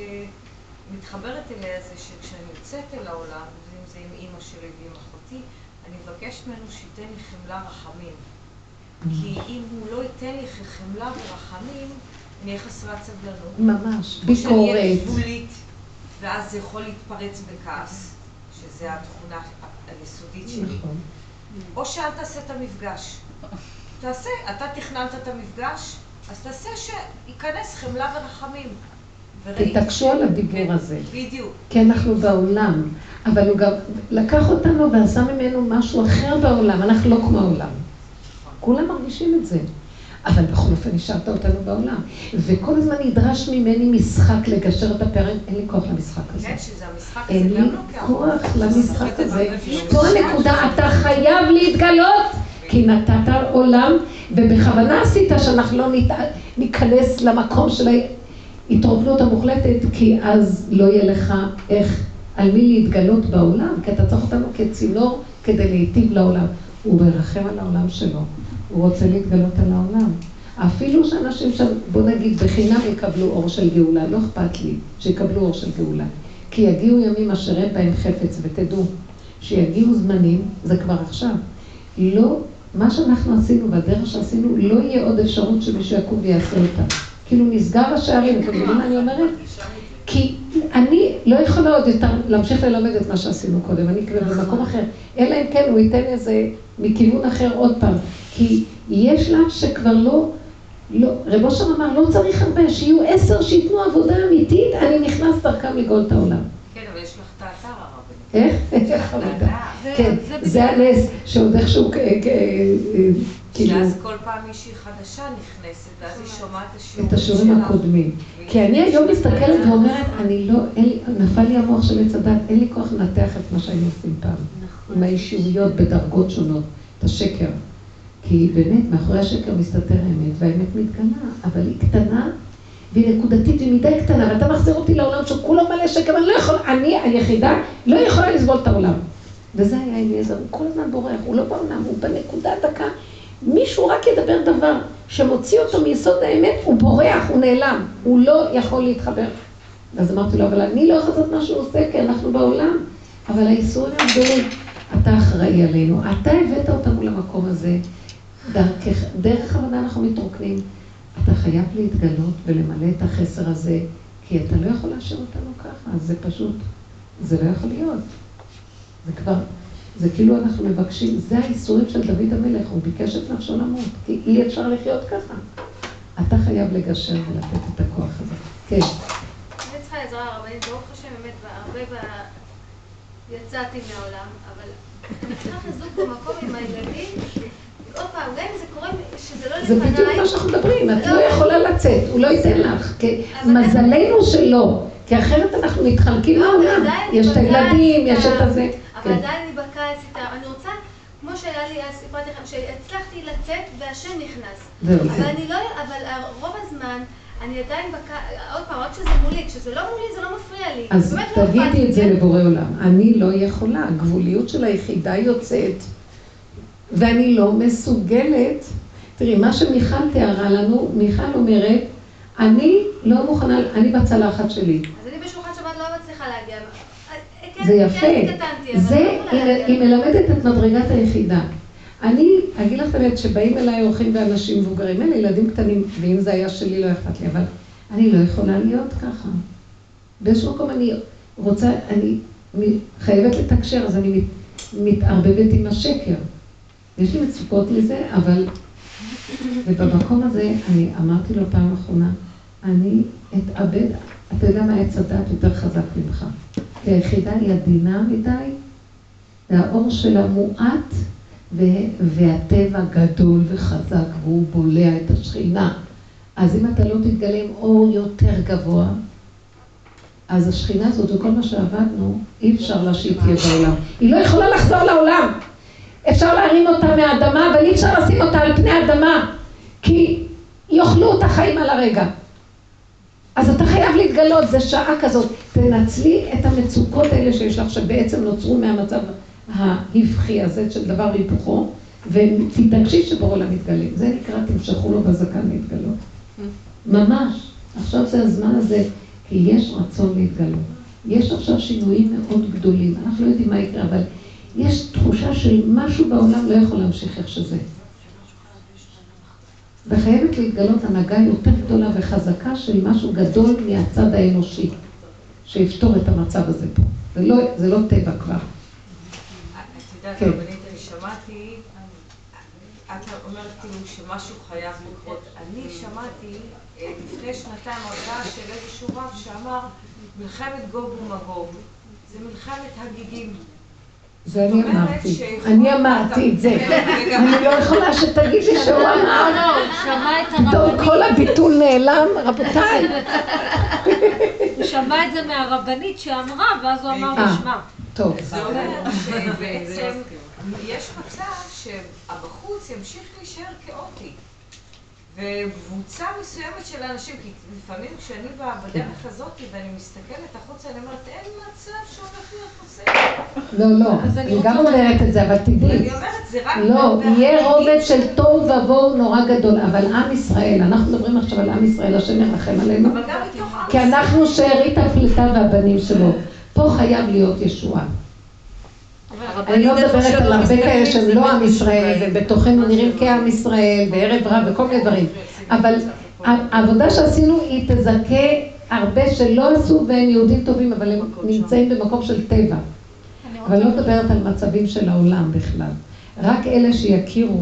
מתחברת אליה, זה שכשאני יוצאת אל העולם, אם זה עם אמא שלי ועם אחותי, אני מבקשת ממנו שייתן לי חמלה רחמים. כי אם הוא לא ייתן לי חמלה ורחמים, אני אהיה חסרת סבלנות. ממש, ביקורת. או שאני אהיה גבולית, ואז זה יכול להתפרץ בכעס, שזה התכונה היסודית שלי. נכון. או שאל תעשה את המפגש. תעשה, אתה תכננת את המפגש, אז תעשה שייכנס חמלה ורחמים. תתעקשו על הדיבור הזה. בדיוק. כי אנחנו בעולם, אבל הוא גם לקח אותנו ועשה ממנו משהו אחר בעולם, אנחנו לא כמו העולם. כולם מרגישים את זה. אבל בכל אופן נשארת אותנו בעולם. וכל הזמן נדרש ממני משחק לגשר את הפערים, אין לי כוח למשחק הזה. כן, שזה המשחק הזה אין לי כוח למשחק הזה. פה הנקודה, אתה חייב להתגלות, כי נתת עולם, ובכוונה עשית שאנחנו לא ניכנס למקום של ההתרוקנות המוחלטת, כי אז לא יהיה לך איך, על מי להתגלות בעולם, כי אתה צריך אותנו כצינור כדי להיטיב לעולם. הוא מרחם על העולם שלו. הוא רוצה להתגלות על העולם. אפילו שאנשים שם, בוא נגיד, בחינם יקבלו אור של גאולה, לא אכפת לי שיקבלו אור של גאולה. כי יגיעו ימים אשר אין בהם חפץ, ותדעו שיגיעו זמנים, זה כבר עכשיו. לא, מה שאנחנו עשינו והדרך שעשינו, לא יהיה עוד אפשרות שמישהו יקום ויעשה אותה. כאילו נסגר השערים, אתם יודעים מה אני אומרת? כי אני לא יכולה עוד יותר להמשיך ללמד את מה שעשינו קודם, אני כבר במקום אחר. אלא אם כן הוא ייתן איזה מכיוון אחר עוד פעם. כי יש לה שכבר לא, לא, רב אושר אמר, לא צריך הרבה, שיהיו עשר שיתנו עבודה אמיתית, אני נכנס דרכם לגאול את העולם. כן, אבל יש לך את האתר הרבנית. איך? איך עבודה? כן, זה הנס שעוד איכשהו שאז כל פעם מישהי חדשה נכנסת, ואז היא שומעת את השיעורים הקודמים. כי אני היום מסתכלת ואומרת, אני לא, נפל לי המוח של עץ הדת, אין לי כוח לנתח את מה שהיינו עושים פעם. עם האישיויות בדרגות שונות, את השקר. כי באמת, מאחורי השקר מסתתר האמת, והאמת מתגלה, אבל היא קטנה, והיא נקודתית ומדי קטנה, ואתה מחזיר אותי לעולם שכולו מלא שקר, אני לא יכולה, אני היחידה, לא יכולה לסבול את העולם. וזה היה אליעזר, הוא כל הזמן בורח, הוא לא בעולם, הוא בנקודה דקה. מישהו רק ידבר דבר שמוציא אותו מיסוד האמת, הוא בורח, הוא נעלם, הוא לא יכול להתחבר. אז אמרתי לו, אבל אני לא יכולה לעשות מה שהוא עושה, כי אנחנו בעולם. אבל האיסורים הם גדולים. אתה אחראי עלינו, אתה הבאת אותנו למקום הזה, דרך, דרך עבודה אנחנו מתרוקנים. אתה חייב להתגלות ולמלא את החסר הזה, כי אתה לא יכול להשאיר אותנו ככה, אז זה פשוט, זה לא יכול להיות. זה כבר, זה כאילו אנחנו מבקשים, זה האיסורים של דוד המלך, הוא ביקש את נפשו למות, כי אי אפשר לחיות ככה. אתה חייב לגשר ולתת את הכוח הזה. כן. אני צריכה עזרה הרבנית, ברוך השם באמת, הרבה ב... יצאתי מהעולם, אבל אני צריכה לזוג במקום עם הילדים, עוד פעם, גם אם זה קורה שזה לא לפניי... זה בדיוק מה שאנחנו מדברים, את לא יכולה לצאת, הוא לא ייתן לך, כי מזלנו שלא, כי אחרת אנחנו מתחלקים מהעולם, יש את הילדים, יש את הזה. אבל עדיין אני בקיץ איתה, אני רוצה, כמו שהיה לי, סיפרתי לכם, שהצלחתי לצאת והשם נכנס. אבל אני לא, אבל רוב הזמן, אני עדיין בקיץ, עוד פעם, רק כשזה מולי, כשזה לא מולי זה לא מפריע לי. אז תגידי את זה לבורא עולם, אני לא יכולה, הגבוליות של היחידה יוצאת, ואני לא מסוגלת. תראי, מה שמיכל תיארה לנו, מיכל אומרת, אני לא מוכנה, אני בצלחת שלי. אז אני בשולחן שבת לא מצליחה להגיע. זה יפה. זה, היא מלמדת את מדרגת היחידה. אני אגיד לך באמת שבאים אליי אורחים ואנשים מבוגרים, אלה ילדים קטנים, ואם זה היה שלי לא אכפת לי, אבל אני לא יכולה להיות ככה. באיזשהו מקום אני רוצה, אני חייבת לתקשר, אז אני מתערבבת עם השקר. יש לי מצוקות לזה, אבל... ובמקום הזה אני אמרתי לו פעם האחרונה, אני אתאבד, אתה יודע מה עץ הדת יותר חזק ממך. כי היחידה היא עדינה מדי, והאור שלה מועט, והטבע גדול וחזק, והוא בולע את השכינה. אז אם אתה לא תתגלה עם אור יותר גבוה, אז השכינה הזאת וכל מה שעבדנו, אי אפשר לה שהיא תהיה בעולם. היא לא יכולה לחזור לעולם. אפשר להרים אותה מהאדמה, אבל אי אפשר לשים אותה על פני האדמה, כי יאכלו אותה חיים על הרגע. אז אתה חייב להתגלות, זה שעה כזאת. תנצלי את המצוקות האלה שיש לך, שבעצם נוצרו מהמצב ההפכי הזה של דבר והיפוכו, ותתגשי שבעולם מתגלים. זה נקרא, תמשכו לו בזקן להתגלות. ממש. עכשיו זה הזמן הזה, כי יש רצון להתגלות. יש עכשיו שינויים מאוד גדולים. אנחנו לא יודעים מה יקרה, אבל יש תחושה של משהו בעולם לא יכול להמשיך איך שזה. וחייבת להתגלות הנהגה יותר גדולה וחזקה של משהו גדול מהצד האנושי, שיפתור את המצב הזה פה. זה לא, זה לא טבע כבר. את יודעת, רבנית, אני שמעתי, את אומרת כאילו שמשהו חייב לקרות. אני שמעתי לפני שנתיים הרצאה של איזשהו רב שאמר, מלחמת גוג ומגוג, זה מלחמת הגיגים. זה אני אמרתי, אני אמרתי את זה. אני לא יכולה שתגיד לי שהוא אמר. לא, הוא שמע את הרבנית. כל הביטול נעלם, רבותיי. הוא שמע את זה מהרבנית שאמרה, ואז הוא אמר לשמה. טוב. זה אומר שבעצם יש מצב שהבחוץ ימשיך להישאר כאוטי. וקבוצה מסוימת של האנשים, כי לפעמים כשאני בדרך הזאת ואני מסתכלת החוצה, אני אומרת, אין מצב שהולך להיות נושא. לא, לא, אני גם אומרת את זה, אבל תדעי. אני אומרת, זה רק... לא, יהיה רובד של תוהו ובוהו נורא גדול, אבל עם ישראל, אנחנו מדברים עכשיו על עם ישראל, השם ירחם עלינו, כי אנחנו שארית הפליטה והבנים שלו. פה חייב להיות ישועה. אני לא מדברת על הרבה כאלה שהם לא עם ישראל, ובתוכנו נראים כעם ישראל, בערב רב וכל מיני דברים. אבל העבודה שעשינו היא תזכה הרבה שלא עשו והם יהודים טובים, אבל הם נמצאים במקום של טבע. אבל לא מדברת על מצבים של העולם בכלל. רק אלה שיכירו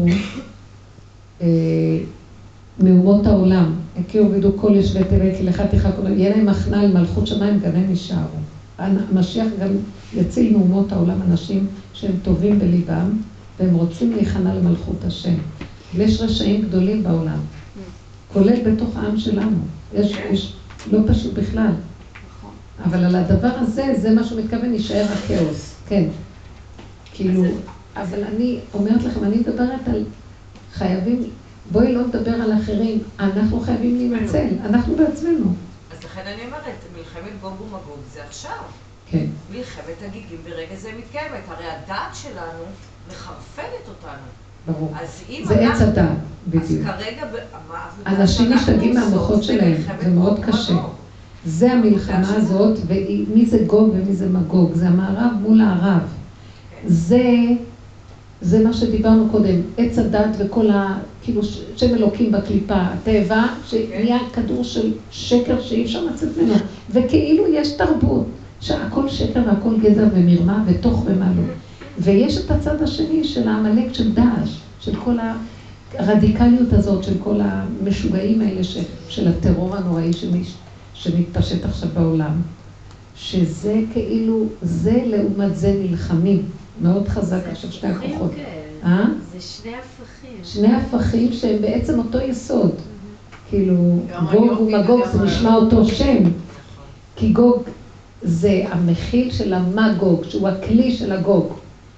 מאומות העולם, יכירו וידעו כל יושבי טבע, כי לך תחכו, יהיה להם מחנה על מלכות שמיים, גם הם יישארו. המשיח גם יציל מאומות העולם אנשים שהם טובים בליבם, והם רוצים להיכנע למלכות השם. יש רשעים גדולים בעולם, כולל בתוך העם שלנו. יש, יש לא פשוט בכלל. אבל על הדבר הזה, זה מה שהוא מתכוון, יישאר הכאוס. כן. כאילו, אבל אני אומרת לכם, אני מדברת על חייבים, בואי לא נדבר על אחרים, אנחנו חייבים להימצל, אנחנו בעצמנו. אז לכן אני אומרת, מלחמת גוג ומגוג זה עכשיו. כן. מלחמת הגיגים ברגע זה מתקיימת, הרי הדעת שלנו מחרפנת אותנו. ברור. אז אם זה עץ הדעת, אז בדיוק. כרגע, העבודה אנשים שאנחנו משתגעים עושות, מהמוחות זה שלהם, מלחמת זה מאוד גוג קשה. ומגוג. זה המלחמה הזאת, ומי זה גוג ומי זה מגוג, זה המערב מול הערב. זה, זה מה שדיברנו קודם, עץ הדת וכל ה... כאילו שם אלוקים בקליפה, הטבע, שנהיה כדור של שקר שאי אפשר לצאת ממנו. וכאילו יש תרבות, שהכל שקר והכל גזע ומרמה ותוך ומה לא. ויש את הצד השני של העמלק של דאעש, של כל הרדיקליות הזאת, של כל המשוגעים האלה ש, של הטרור הנוראי שמש, שמתפשט עכשיו בעולם. שזה כאילו, זה לעומת זה נלחמים. מאוד חזק עכשיו שתי הכוחות. אה? זה שני הפכים. שני הפכים שהם בעצם אותו יסוד. כאילו, גוג ומגוג זה נשמע אותו שם. כי גוג זה המכיל של המגוג, שהוא הכלי של הגוג.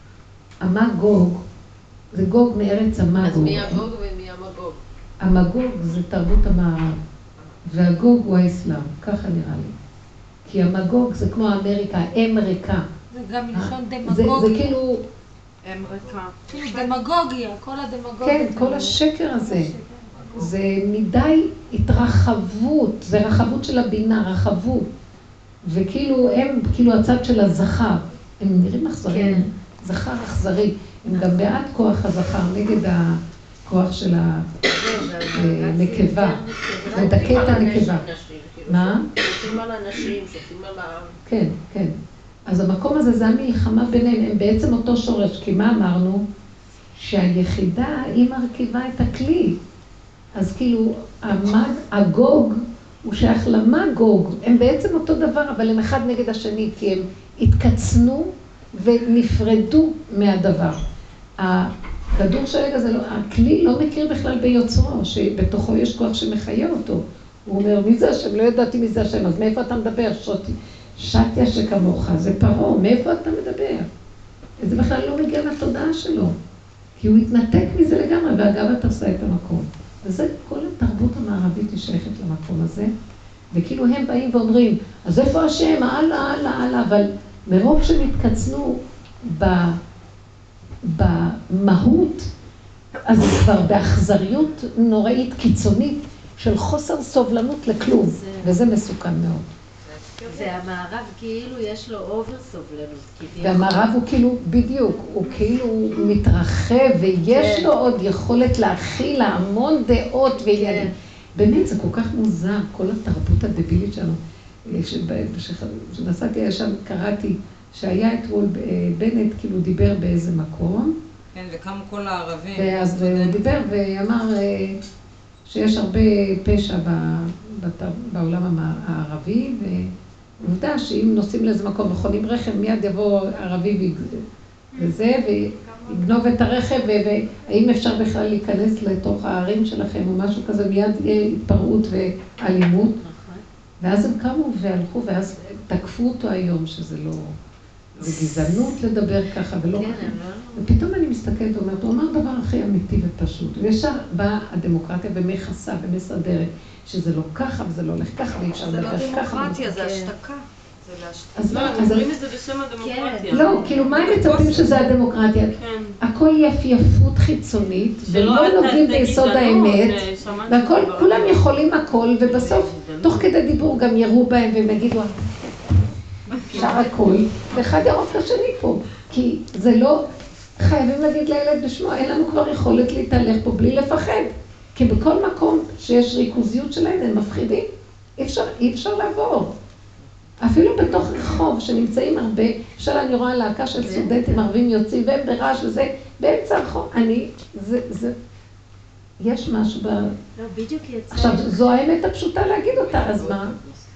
המגוג זה גוג מארץ המגוג. אז מי הגוג ומי המגוג? המגוג זה תרבות המערב, והגוג הוא האסלאם, ככה נראה לי. כי המגוג זה כמו אמריקה, אמריקה. זה גם מלשון זה, דמגוגיה. זה כאילו... אמריקה. כאילו דמגוגיה, כל הדמגוגיה. כן, כל השקר הזה. זה מדי התרחבות, זה רחבות של הבינה, רחבות. וכאילו הם, כאילו הצד של הזכר, הם נראים אכזריים, כן. זכר אכזרי. הם גם בעד כוח הזכר, נגד הכוח של הנקבה. לדכא את הנקבה. מה? שותים על אנשים, שותים על ה... כן, כן. אז המקום הזה זה המלחמה ביניהם, הם בעצם אותו שורש, כי מה אמרנו? שהיחידה היא מרכיבה את הכלי. אז כאילו, המג, הגוג הוא שייך למגוג, הם בעצם אותו דבר, אבל הם אחד נגד השני, כי הם התקצנו ונפרדו מהדבר. הכדור שרגע זה לא, הכלי לא מכיר בכלל ביוצרו, שבתוכו יש כוח שמחיה אותו. הוא אומר, מי זה השם? לא ידעתי מי זה השם, אז מאיפה אתה מדבר? שותי. שתיה שכמוך, זה פרעה, מאיפה אתה מדבר? וזה בכלל לא מגיע לתודעה שלו, כי הוא התנתק מזה לגמרי, והגאווה תפסה את המקום. וזה, כל התרבות המערבית היא שייכת למקום הזה, וכאילו הם באים ואומרים, אז איפה השם? הלאה, הלאה, הלאה, אבל מרוב שמתקצנו ב, במהות, אז כבר באכזריות נוראית קיצונית של חוסר סובלנות לכלום, וזה מסוכן מאוד. והמערב כאילו יש לו אובר סובלנות. והמערב הוא כאילו, בדיוק, הוא כאילו מתרחב ויש לו עוד יכולת להכיל המון דעות ועניינים. באמת זה כל כך מוזר, כל התרבות הדבילית שלנו. כשנסעתי שם קראתי שהיה אתמול בנט כאילו דיבר באיזה מקום. כן, וקמו כל הערבים. ואז הוא דיבר ואמר שיש הרבה פשע בעולם הערבי, ועובדה שאם נוסעים לאיזה מקום וחונים רכב, מיד יבוא ערבי וזה, ויגנוב את הרכב, והאם אפשר בכלל להיכנס לתוך הערים שלכם או משהו כזה, מיד יהיה התפרעות ואלימות. ואז הם קמו והלכו, ואז תקפו אותו היום, שזה לא... זה גזענות לדבר ככה ולא ככה. ופתאום אני מסתכלת ואומרת, הוא אמר דבר הכי אמיתי ופשוט. וישר באה הדמוקרטיה ומכסה ומסדרת, שזה לא ככה וזה לא הולך ככה, ואפשר לדבר ככה. זה לא דמוקרטיה, זה השתקה. אז לא, הם אומרים את זה בשם הדמוקרטיה. לא, כאילו מה הם מצפים שזה הדמוקרטיה? הכל יפייפות חיצונית, ולא נוגעים ביסוד האמת, והכל, כולם יכולים הכל, ובסוף, תוך כדי דיבור גם יראו בהם והם יגידו, אפשר הכל, ואחד ירוף לשני פה, כי זה לא, חייבים להגיד לילד בשמו, אין לנו כבר יכולת להתהלך פה בלי לפחד, כי בכל מקום שיש ריכוזיות שלהם, הם מפחידים, אי אפשר, אי אפשר לעבור. אפילו בתוך רחוב שנמצאים הרבה, של אני רואה להקה של סטודנטים ערבים יוצאים, והם ברעש וזה, באמצע הרחוב, אני, זה, זה, יש משהו ב... לא, בדיוק יצא. עכשיו, זו האמת הפשוטה להגיד אותה, אז מה?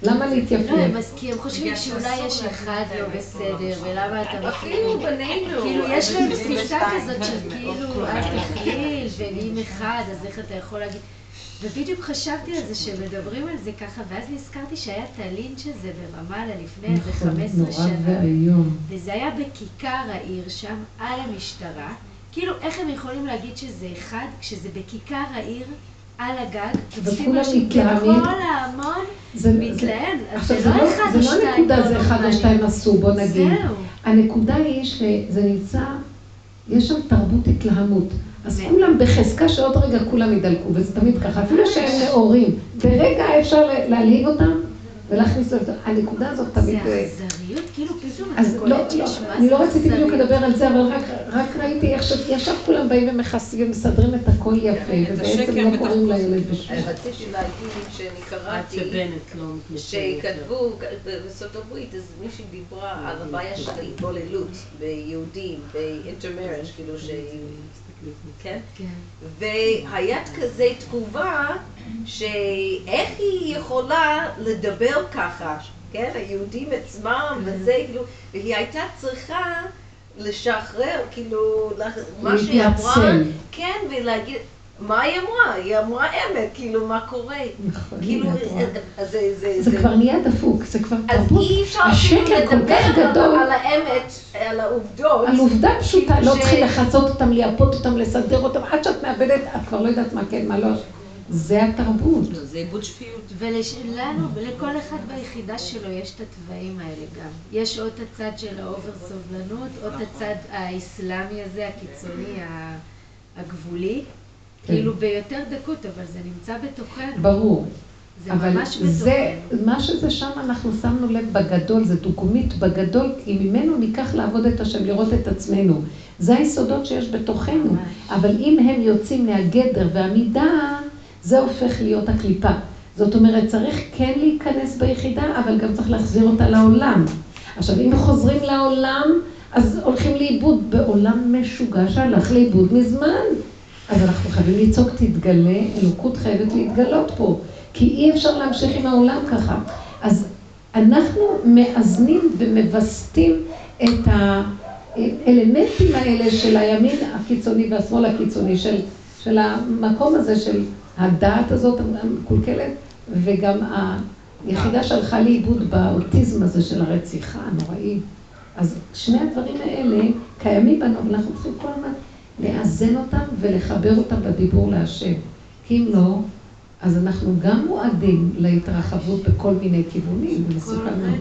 למה להתייפף? לא, כי הם חושבים שאולי יש אחד לא בסדר, ולמה אתה אפילו בנינו. כאילו, יש להם תפיסה כזאת של כאילו, אל תכליל, ואם אחד, אז איך אתה יכול להגיד... ובדיוק חשבתי על זה שמדברים על זה ככה, ואז נזכרתי שהיה את הלינץ' הזה ברמאללה לפני איזה חמש עשרה שנה. נורא ואיום. וזה היה בכיכר העיר שם, על המשטרה. כאילו, איך הם יכולים להגיד שזה אחד, כשזה בכיכר העיר, על הגג, וכולם מתלהמים. וכל ההמון זה- מתלהם. אז עכשיו, זה לא אחד או זה לא שתיים נקודה, זה אחד או נורמליים. שתיים עשו, בוא נגיד. זהו. הנקודה היא שזה נמצא, יש שם תרבות התלהמות. אז כולם בחזקה שעוד רגע כולם ידלקו, וזה תמיד ככה, אפילו שהם נאורים. ברגע אפשר להלהיב אותם ולהכניס אותם. הנקודה הזאת תמיד... זה אכזריות, כאילו פתאום אתה אז לא, קולט לא, שיש מה אני זה לא רציתי בדיוק אכזריות. לדבר על זה, אבל רק, רק ראיתי איך שישר כולם באים ומכסים ומסדרים את הכל יפה, ובעצם לא קוראים לילד בשביל. רציתי להגיד שאני עד קראתי שבנט לא מתנצל. שכתבו בארצות הברית, אז מישהי דיברה על הבעיה של ההתבוללות ביהודים, באינטרמרש, כאילו ש... כן? והיה כזה תגובה שאיך היא יכולה לדבר ככה, כן? היהודים עצמם וזה, כאילו, והיא הייתה צריכה לשחרר, כאילו, מה שהיא אמרה, להתייצל. כן, ולהגיד, מה היא אמרה? היא אמרה אמת, כאילו, מה קורה? נכון, כאילו, הנה, את רואה. זה, זה, זה כבר נהיה דפוק, זה כבר אז תרבות. אי אפשר אפילו השקר כל כך לדבר גדול. על האמת, על העובדות. על עובדה פשוטה, לא ש- צריכים לחזות אותם, לייפות אותם, לסדר אותם, עד שאת מאבדת, את כבר לא יודעת מה כן, מה לא. זה התרבות. זה איבוד שפיות. ולנו, ולכל אחד ביחידה שלו יש את התוואים האלה גם. יש או את הצד של האובר סובלנות, או את הצד האסלאמי הזה, הקיצוני, ה- הגבולי. כאילו ביותר דקות, אבל זה נמצא בתוכנו. ברור. זה אבל ממש זה, בתוכנו. מה שזה שם אנחנו שמנו לב בגדול, זה דוגמית בגדול, כי ממנו ניקח לעבוד את השם, לראות את עצמנו. זה היסודות שיש בתוכנו. ממש. אבל אם הם יוצאים מהגדר והמידה, זה הופך להיות הקליפה. זאת אומרת, צריך כן להיכנס ביחידה, אבל גם צריך להחזיר אותה לעולם. עכשיו, אם חוזרים לעולם, אז הולכים לאיבוד בעולם משוגע שהלך לאיבוד מזמן. אז אנחנו חייבים לצעוק, תתגלה, אלוקות חייבת להתגלות פה. כי אי אפשר להמשיך עם העולם ככה. אז אנחנו מאזנים ומבסטים את האלמנטים האלה של הימין הקיצוני והשמאל הקיצוני, של, של המקום הזה של הדעת הזאת המקולקלת, וגם היחידה שהלכה לאיבוד באוטיזם הזה של הרציחה הנוראי. אז שני הדברים האלה קיימים בנו, ואנחנו צריכים כל הזמן לאזן אותם ולחבר אותם בדיבור להשם. כי אם לא, אז אנחנו גם מועדים להתרחבות בכל מיני כיוונים, ומסוכן מאוד.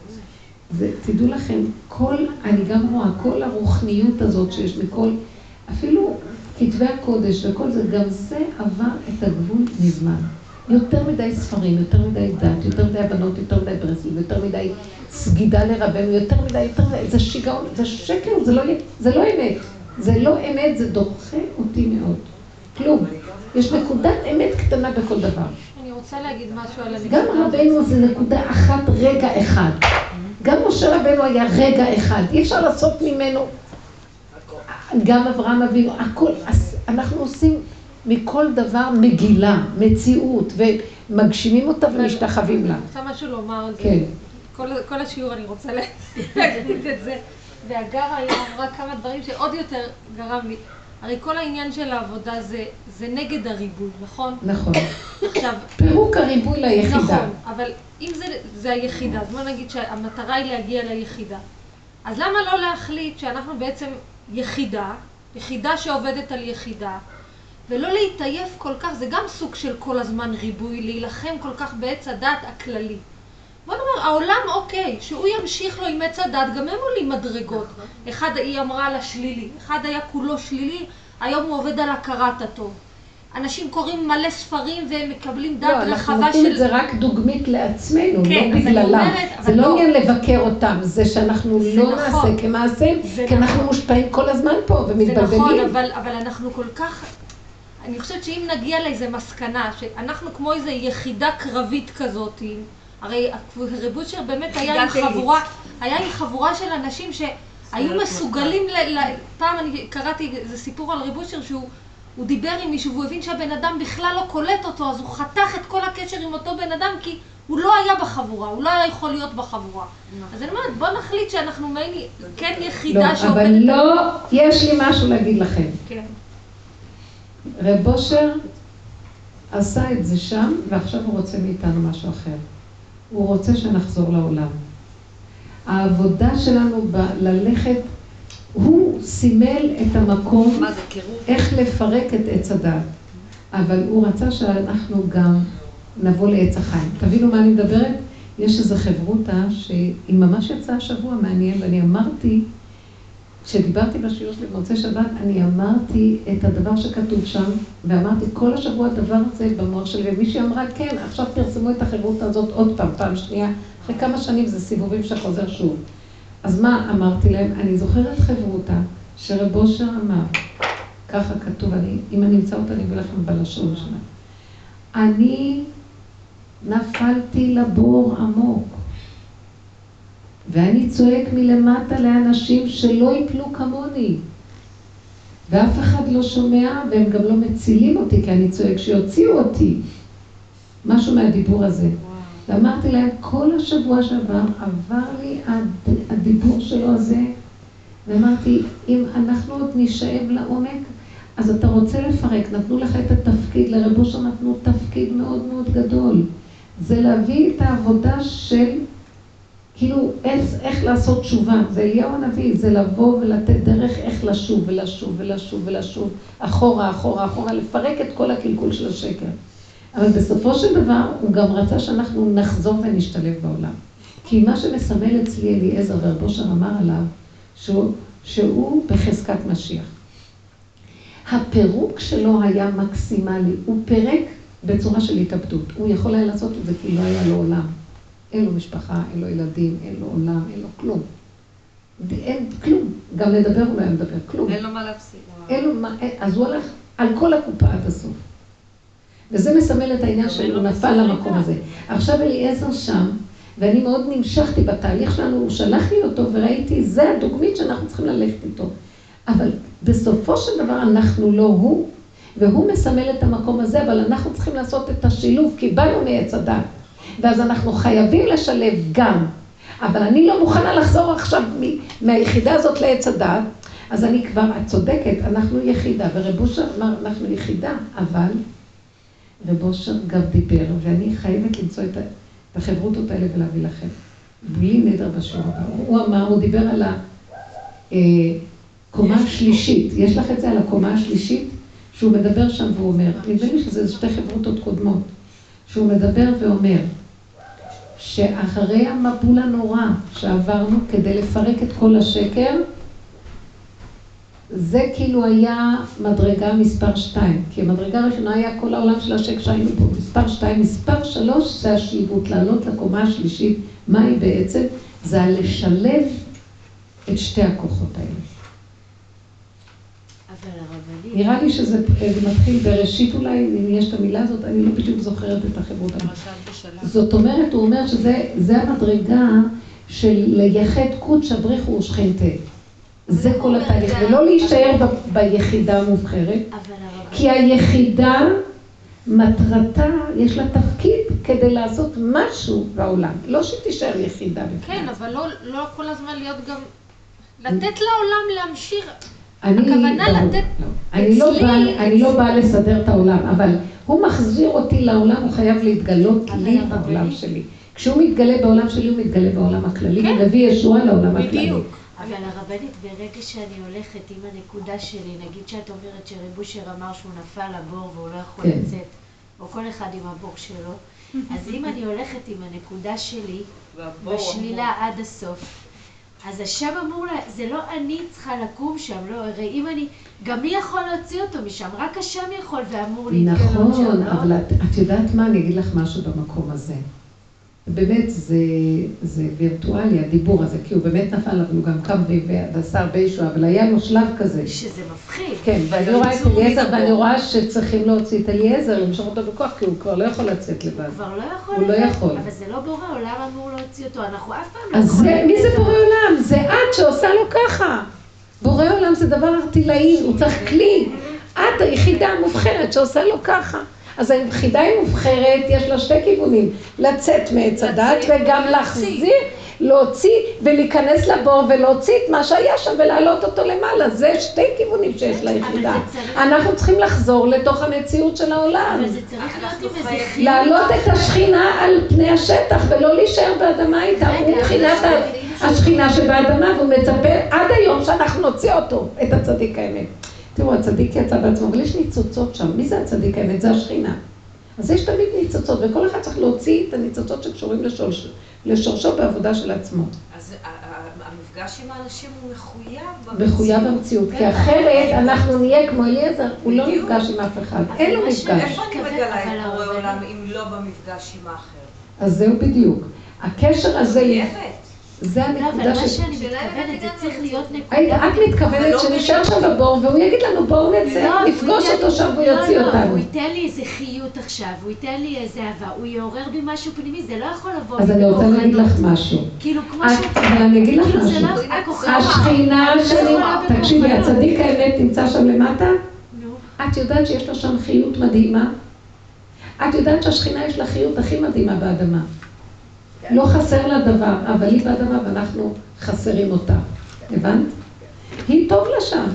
ותדעו לכם, כל, אני גם רואה, כל הרוחניות הזאת שיש מכל, אפילו כתבי הקודש וכל זה, גם זה עבר את הגבול מזמן. יותר מדי ספרים, יותר מדי דת, יותר מדי הבנות, יותר מדי ברסלים, יותר מדי סגידה לרבנו, יותר מדי, יותר מדי, זה שיגעון, זה שקר, זה לא, זה לא אמת. זה לא אמת, זה דוחה אותי מאוד. כלום. יש נקודת אמת קטנה בכל דבר. אני רוצה להגיד משהו על הנקודה. גם רבנו זה נקודה אחת, רגע אחד. גם משה רבנו היה רגע אחד. אי אפשר לעשות ממנו, גם אברהם אבינו, הכל. אז אנחנו עושים מכל דבר מגילה, מציאות, ומגשימים אותה ומשתחווים לה. אני רוצה משהו לומר על זה. כן. כל, כל השיעור אני רוצה להגיד את זה. והגר היה אמרה כמה דברים שעוד יותר גרם לי. הרי כל העניין של העבודה זה, זה נגד הריבוי, נכון? נכון. עכשיו, פירוק הריבוי ליחידה. נכון, אבל אם זה, זה היחידה, אז בוא נגיד שהמטרה היא להגיע ליחידה. אז למה לא להחליט שאנחנו בעצם יחידה, יחידה שעובדת על יחידה, ולא להתעייף כל כך, זה גם סוג של כל הזמן ריבוי, להילחם כל כך בעץ הדת הכללי. בוא נאמר, העולם אוקיי, שהוא ימשיך לו עם עץ הדת, גם הם עולים מדרגות. אחד היא אמרה על השלילי, אחד היה כולו שלילי, היום הוא עובד על הכרת הטוב. אנשים קוראים מלא ספרים והם מקבלים דת לא, אנחנו רחבה נותנים של... את זה רק דוגמית לעצמנו, כן, לא אז אני בגללם. אומרת, זה אבל לא לא. עניין לבקר אותם, זה שאנחנו זה לא נכון. נעשה כמעשים, זה כי אנחנו נכון. מושפעים כל הזמן פה זה ומתבלבלים. נכון, אבל, אבל אנחנו כל כך... אני חושבת שאם נגיע לאיזה מסקנה, שאנחנו כמו איזו יחידה קרבית כזאת, הרי ריבושר באמת היה עם חבורה, היה עם חבורה של אנשים שהיו מסוגלים, ל, ל, פעם אני קראתי איזה סיפור על ריבושר שהוא הוא דיבר עם מישהו והוא הבין שהבן אדם בכלל לא קולט אותו, אז הוא חתך את כל הקשר עם אותו בן אדם כי הוא לא היה בחבורה, הוא לא היה יכול להיות בחבורה. אז אני אומרת, בוא נחליט שאנחנו מעין כן יחידה שעובדת... לא, אבל לא, יש לי משהו להגיד לכם. כן. רב אושר עשה את זה שם, ועכשיו הוא רוצה מאיתנו משהו אחר. הוא רוצה שנחזור לעולם. העבודה שלנו בללכת, הוא סימל את המקום, איך לפרק את עץ הדת. אבל הוא רצה שאנחנו גם נבוא לעץ החיים. תבינו מה אני מדברת? יש איזו חברותה שהיא ממש יצאה השבוע מעניין, ואני אמרתי, כשדיברתי בשיעור שלי במוצאי שבת, אני אמרתי את הדבר שכתוב שם, ואמרתי כל השבוע הדבר הזה במוח שלי, ומישהי אמרה, כן, עכשיו פרסמו את החברותה הזאת עוד פעם, פעם שנייה, אחרי כמה שנים זה סיבובים שחוזר שוב. אז מה אמרתי להם? אני זוכרת חברותה שרב אושר אמר, ככה כתוב, אני, אם אני אמצא אותה, אני אביא לכם בלשון שלה. אני נפלתי לבור עמוק, ואני צועק מלמטה לאנשים שלא יפלו כמוני. ואף אחד לא שומע, והם גם לא מצילים אותי, כי אני צועק שיוציאו אותי. משהו מהדיבור הזה. ואמרתי להם, כל השבוע שעבר עבר לי הדיבור שלו הזה, ואמרתי, אם אנחנו עוד נשאב לעומק, אז אתה רוצה לפרק, נתנו לך את התפקיד, לרב אושר נתנו תפקיד מאוד מאוד גדול. זה להביא את העבודה של, כאילו, איך, איך לעשות תשובה. זה אליהו הנביא, זה לבוא ולתת דרך איך לשוב ולשוב ולשוב ולשוב, אחורה, אחורה, אחורה, לפרק את כל הקלקול של השקר. אבל בסופו של דבר, הוא גם רצה שאנחנו נחזור ונשתלב בעולם. כי מה שמסמל אצלי אליעזר ורב אושר אמר עליו, שהוא, שהוא בחזקת משיח. הפירוק שלו היה מקסימלי, הוא פרק בצורה של התאבדות. הוא יכול היה לעשות את זה כי לא היה לו עולם. אין לו משפחה, אין לו ילדים, אין לו עולם, אין לו כלום. אין כלום. גם לדבר הוא לא היה מדבר, כלום. אין לו מה להפסיק. אין לו מה, אז הוא הלך על כל הקופה עד הסוף. וזה מסמל את העניין שהוא נפל למקום הזה. עכשיו אליעזר שם, ואני מאוד נמשכתי בתהליך שלנו, הוא שלח לי אותו וראיתי, זה הדוגמית שאנחנו צריכים ללכת איתו. אבל בסופו של דבר אנחנו לא הוא, והוא מסמל את המקום הזה, אבל אנחנו צריכים לעשות את השילוב, כי באנו מעץ הדת. ואז אנחנו חייבים לשלב גם. אבל אני לא מוכנה לחזור עכשיו מהיחידה הזאת לעץ הדת, אז אני כבר, את צודקת, אנחנו יחידה, ורב אושר אמר, אנחנו יחידה, אבל רב אושר גם דיבר, ואני חייבת למצוא את החברותות האלה ולהביא לכם. בלי נדר בשיעור. הוא אמר, הוא דיבר על הקומה השלישית. יש לך את זה על הקומה השלישית? שהוא מדבר שם והוא אומר, נדמה לי שזה שתי חברותות קודמות, שהוא מדבר ואומר, שאחרי המבול הנורא שעברנו כדי לפרק את כל השקר, זה כאילו היה מדרגה מספר שתיים, כי המדרגה הראשונה היה כל העולם של השקר שהיינו פה, מספר שתיים, מספר שלוש זה השליבות, לעלות לקומה השלישית, מה היא בעצם? זה לשלב את שתי הכוחות האלה. נראה לי שזה מתחיל בראשית אולי, אם יש את המילה הזאת, אני לא בדיוק זוכרת את החברות הזאת. זאת אומרת, הוא אומר שזה המדרגה של לייחד קודש הבריחו ושכנתה. זה כל התהליך, ולא להישאר ביחידה המובחרת, כי היחידה, מטרתה, יש לה תפקיד כדי לעשות משהו בעולם, לא שתישאר יחידה. כן, אבל לא כל הזמן להיות גם, לתת לעולם להמשיך. הכוונה לתת אצלי... אני לא באה לסדר את העולם, אבל הוא מחזיר אותי לעולם, הוא חייב להתגלות לי בעולם שלי. כשהוא מתגלה בעולם שלי, הוא מתגלה בעולם הכללי, הוא מביא ישוע לעולם הכללי. אבל הרבנית, ברגע שאני הולכת עם הנקודה שלי, נגיד שאת אומרת שרב אושר אמר שהוא נפל לבור והוא לא יכול לצאת, או כל אחד עם הבור שלו, אז אם אני הולכת עם הנקודה שלי, בשלילה עד הסוף, אז השם אמור לה, זה לא אני צריכה לקום שם, לא, הרי אם אני, גם מי יכול להוציא אותו משם, רק השם יכול ואמור להתגלות שם, נכון, לא? אבל את, את יודעת מה, אני אגיד לך משהו במקום הזה. באמת זה, זה וירטואלי, הדיבור הזה, כי הוא באמת נפל עליו, הוא גם קם ועשה הרבה ישוע, אבל היה לו שלב כזה. שזה מפחיד. כן, ואני רואה את אליעזר, ואני רואה שצריכים להוציא את אליעזר, למשוך אותו בכוח, כי הוא כבר לא יכול לצאת לבד. הוא כבר לא יכול. הוא לא יכול. אבל זה לא בורא, עולם אמור להוציא אותו, אנחנו אף פעם לא יכולים. אז זה, מי זה בורא עולם? זה את שעושה לו ככה. בורא עולם זה דבר ארטילאי, הוא צריך כלי. את היחידה המובחרת שעושה לו ככה. אז היחידה היא מובחרת, יש לה שתי כיוונים, לצאת מעץ הדת וגם להחזיר, להוציא ולהיכנס לבור ולהוציא את מה שהיה שם ולהעלות אותו למעלה. זה שתי כיוונים שיש ליחידה. אנחנו צריכים לחזור לתוך המציאות של העולם. אבל זה צריך להיות עם איזה חיות. להעלות את השכינה על פני השטח ולא להישאר באדמה איתה. הוא מבחינת השכינה שבאדמה והוא מצפה עד היום שאנחנו נוציא אותו, את הצדיק האמת. תראו, הצדיק יצא בעצמו, אבל יש ניצוצות שם. מי זה הצדיק האמת? זה השכינה. אז יש תמיד ניצוצות, וכל אחד צריך להוציא את הניצוצות שקשורים לשורש, לשורשו בעבודה של עצמו. אז המפגש עם האנשים הוא מחויב במציאות. מחויב במציאות, כי אחרת אנחנו נהיה כמו אליעזר, הוא לא נפגש עם אף אחד, אין לו מפגש. איפה אני מגלה את בורא עולם אם לא במפגש עם האחר? אז זהו בדיוק. הקשר הזה... חייבת. זה הנקודה אבל מה שאני מתכוונת, זה צריך להיות נקודה. את מתכוונת שנשאר שם בבור והוא יגיד לנו בואו נצא, נפגוש אותו שם והוא יוציא אותנו. הוא ייתן לי איזה חיות עכשיו, הוא ייתן לי איזה אהבה, הוא יעורר בי משהו פנימי, זה לא יכול לבוא. אז אני רוצה להגיד לך משהו. כאילו כמו ש... אבל אני אגיד לך משהו. השכינה שלי, תקשיבי, הצדיק האמת נמצא שם למטה? את יודעת שיש לו שם חיות מדהימה? את יודעת שהשכינה יש לה חיות הכי מדהימה באדמה. לא חסר לה דבר, אבל היא באדמה ואנחנו חסרים אותה. הבנת? היא טוב לה שם.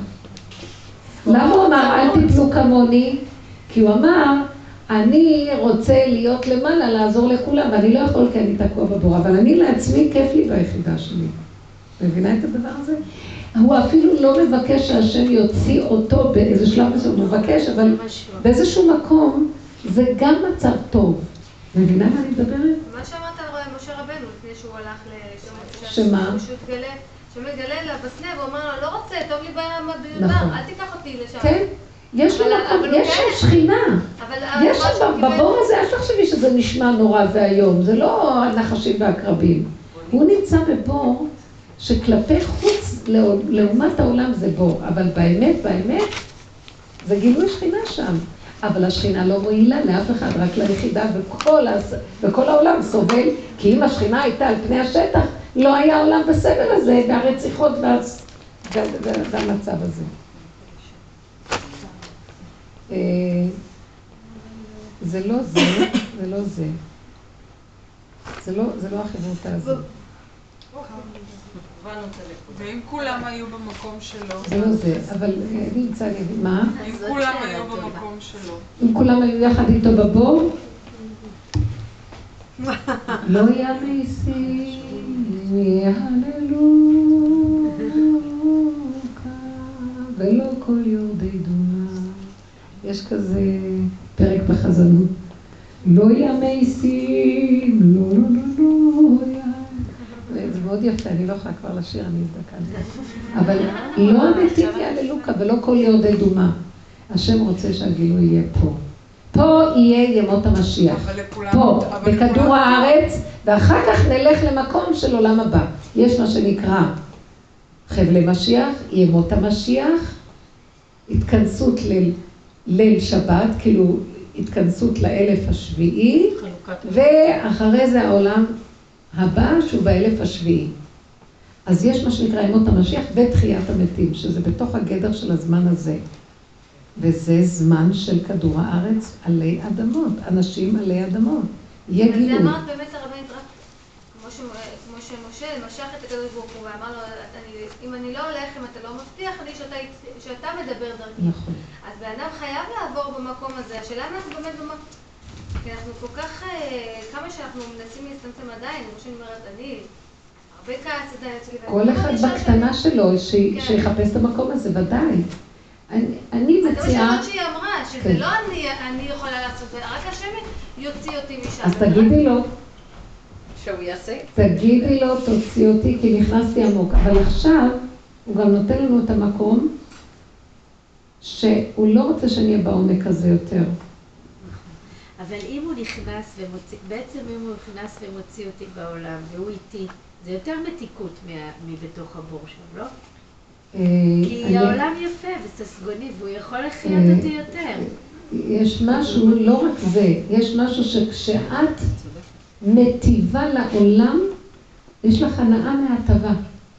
למה הוא אמר, אל תיפלו כמוני? כי הוא אמר, אני רוצה להיות למעלה, לעזור לכולם, ואני לא יכול כי אני תקוע בבור, אבל אני לעצמי, כיף לי ביחידה שלי. מבינה את הדבר הזה? הוא אפילו לא מבקש שהשם יוציא אותו באיזה שלב מסוים, הוא מבקש, אבל באיזשהו מקום זה גם מצב טוב. מבינה מה אני מדברת? מה שאמרת על משה רבנו לפני שהוא הלך לשם, שמה? שמתגלה לה בסנה והוא אומר לו, לא רוצה, טוב לי במדבר, אל תיקח אותי לשם. כן, יש לו מקום, יש שם שכינה. יש שם, בבור הזה, אל תחשבי שזה נשמע נורא והיום, זה לא הנחשים והקרבים. הוא נמצא בבור שכלפי חוץ לעומת העולם זה בור, אבל באמת, באמת, זה גילוי שכינה שם. אבל השכינה לא מועילה לאף אחד, רק ליחידה, וכל, וכל העולם סובל, כי אם השכינה הייתה על פני השטח, לא היה עולם בסבל הזה, והרציחות וה... והמצב הזה. זה לא זה, זה לא זה. זה לא, זה לא החברותא הזאת. ואם כולם היו במקום שלו? זה לא זה, אבל אני אמצא לי, מה? אם כולם היו במקום שלו. אם כולם היו יחד איתו בבור? לא ימסים, יהללו ולא כל יורדי דומה. יש כזה פרק בחזנות. לא ימסים, לא לא לא לא יהללו. זה מאוד יפה, אני לא יכולה כבר לשיר, אני הזדקנתי. אבל לא המתים יהללוקה ולא כל יורדי דומה. השם רוצה שהגילוי יהיה פה. פה יהיה ימות המשיח. פה, בכדור הארץ, ואחר כך נלך למקום של עולם הבא. יש מה שנקרא חבלי משיח, ימות המשיח, התכנסות ליל שבת, כאילו התכנסות לאלף השביעי, ואחרי זה העולם הבא שהוא באלף השביעי. אז יש מה שנקרא ימות המשיח ותחיית המתים, שזה בתוך הגדר של הזמן הזה. וזה זמן של כדור הארץ עלי אדמות, אנשים עלי אדמות. יהיה גילוי. זה אמרת באמת הרבנית רק, כמו שמשה משך את הקדוש ברוך הוא ואמר לו, אם אני לא הולך, אם אתה לא מבטיח לי שאתה מדבר דרכי. נכון. אז באדם חייב לעבור במקום הזה, השאלה אם אנחנו באמת במקום, כי אנחנו כל כך, כמה שאנחנו מנסים להסתמצם עדיין, כמו שאני אומרת, אני, הרבה כעס עדיין אצלי. כל אחד בקטנה שלו שיחפש את המקום הזה, ודאי. אני מציעה... זה מה שהיא אמרה, שזה לא אני יכולה לעשות, רק השם יוציא אותי משם. אז תגידי לו. שהוא יעשה? תגידי לו, תוציא אותי, כי נכנסתי עמוק. אבל עכשיו הוא גם נותן לנו את המקום שהוא לא רוצה שאני אהיה בעומק הזה יותר. אבל אם הוא נכנס ומוציא, בעצם אם הוא נכנס ומוציא אותי בעולם והוא איתי, זה יותר מתיקות מבתוך הבור שם, לא? כי העולם יפה וססגוני והוא יכול לחיות אותי יותר. יש משהו, לא רק זה, יש משהו שכשאת מטיבה לעולם, יש לך הנאה מהטבה.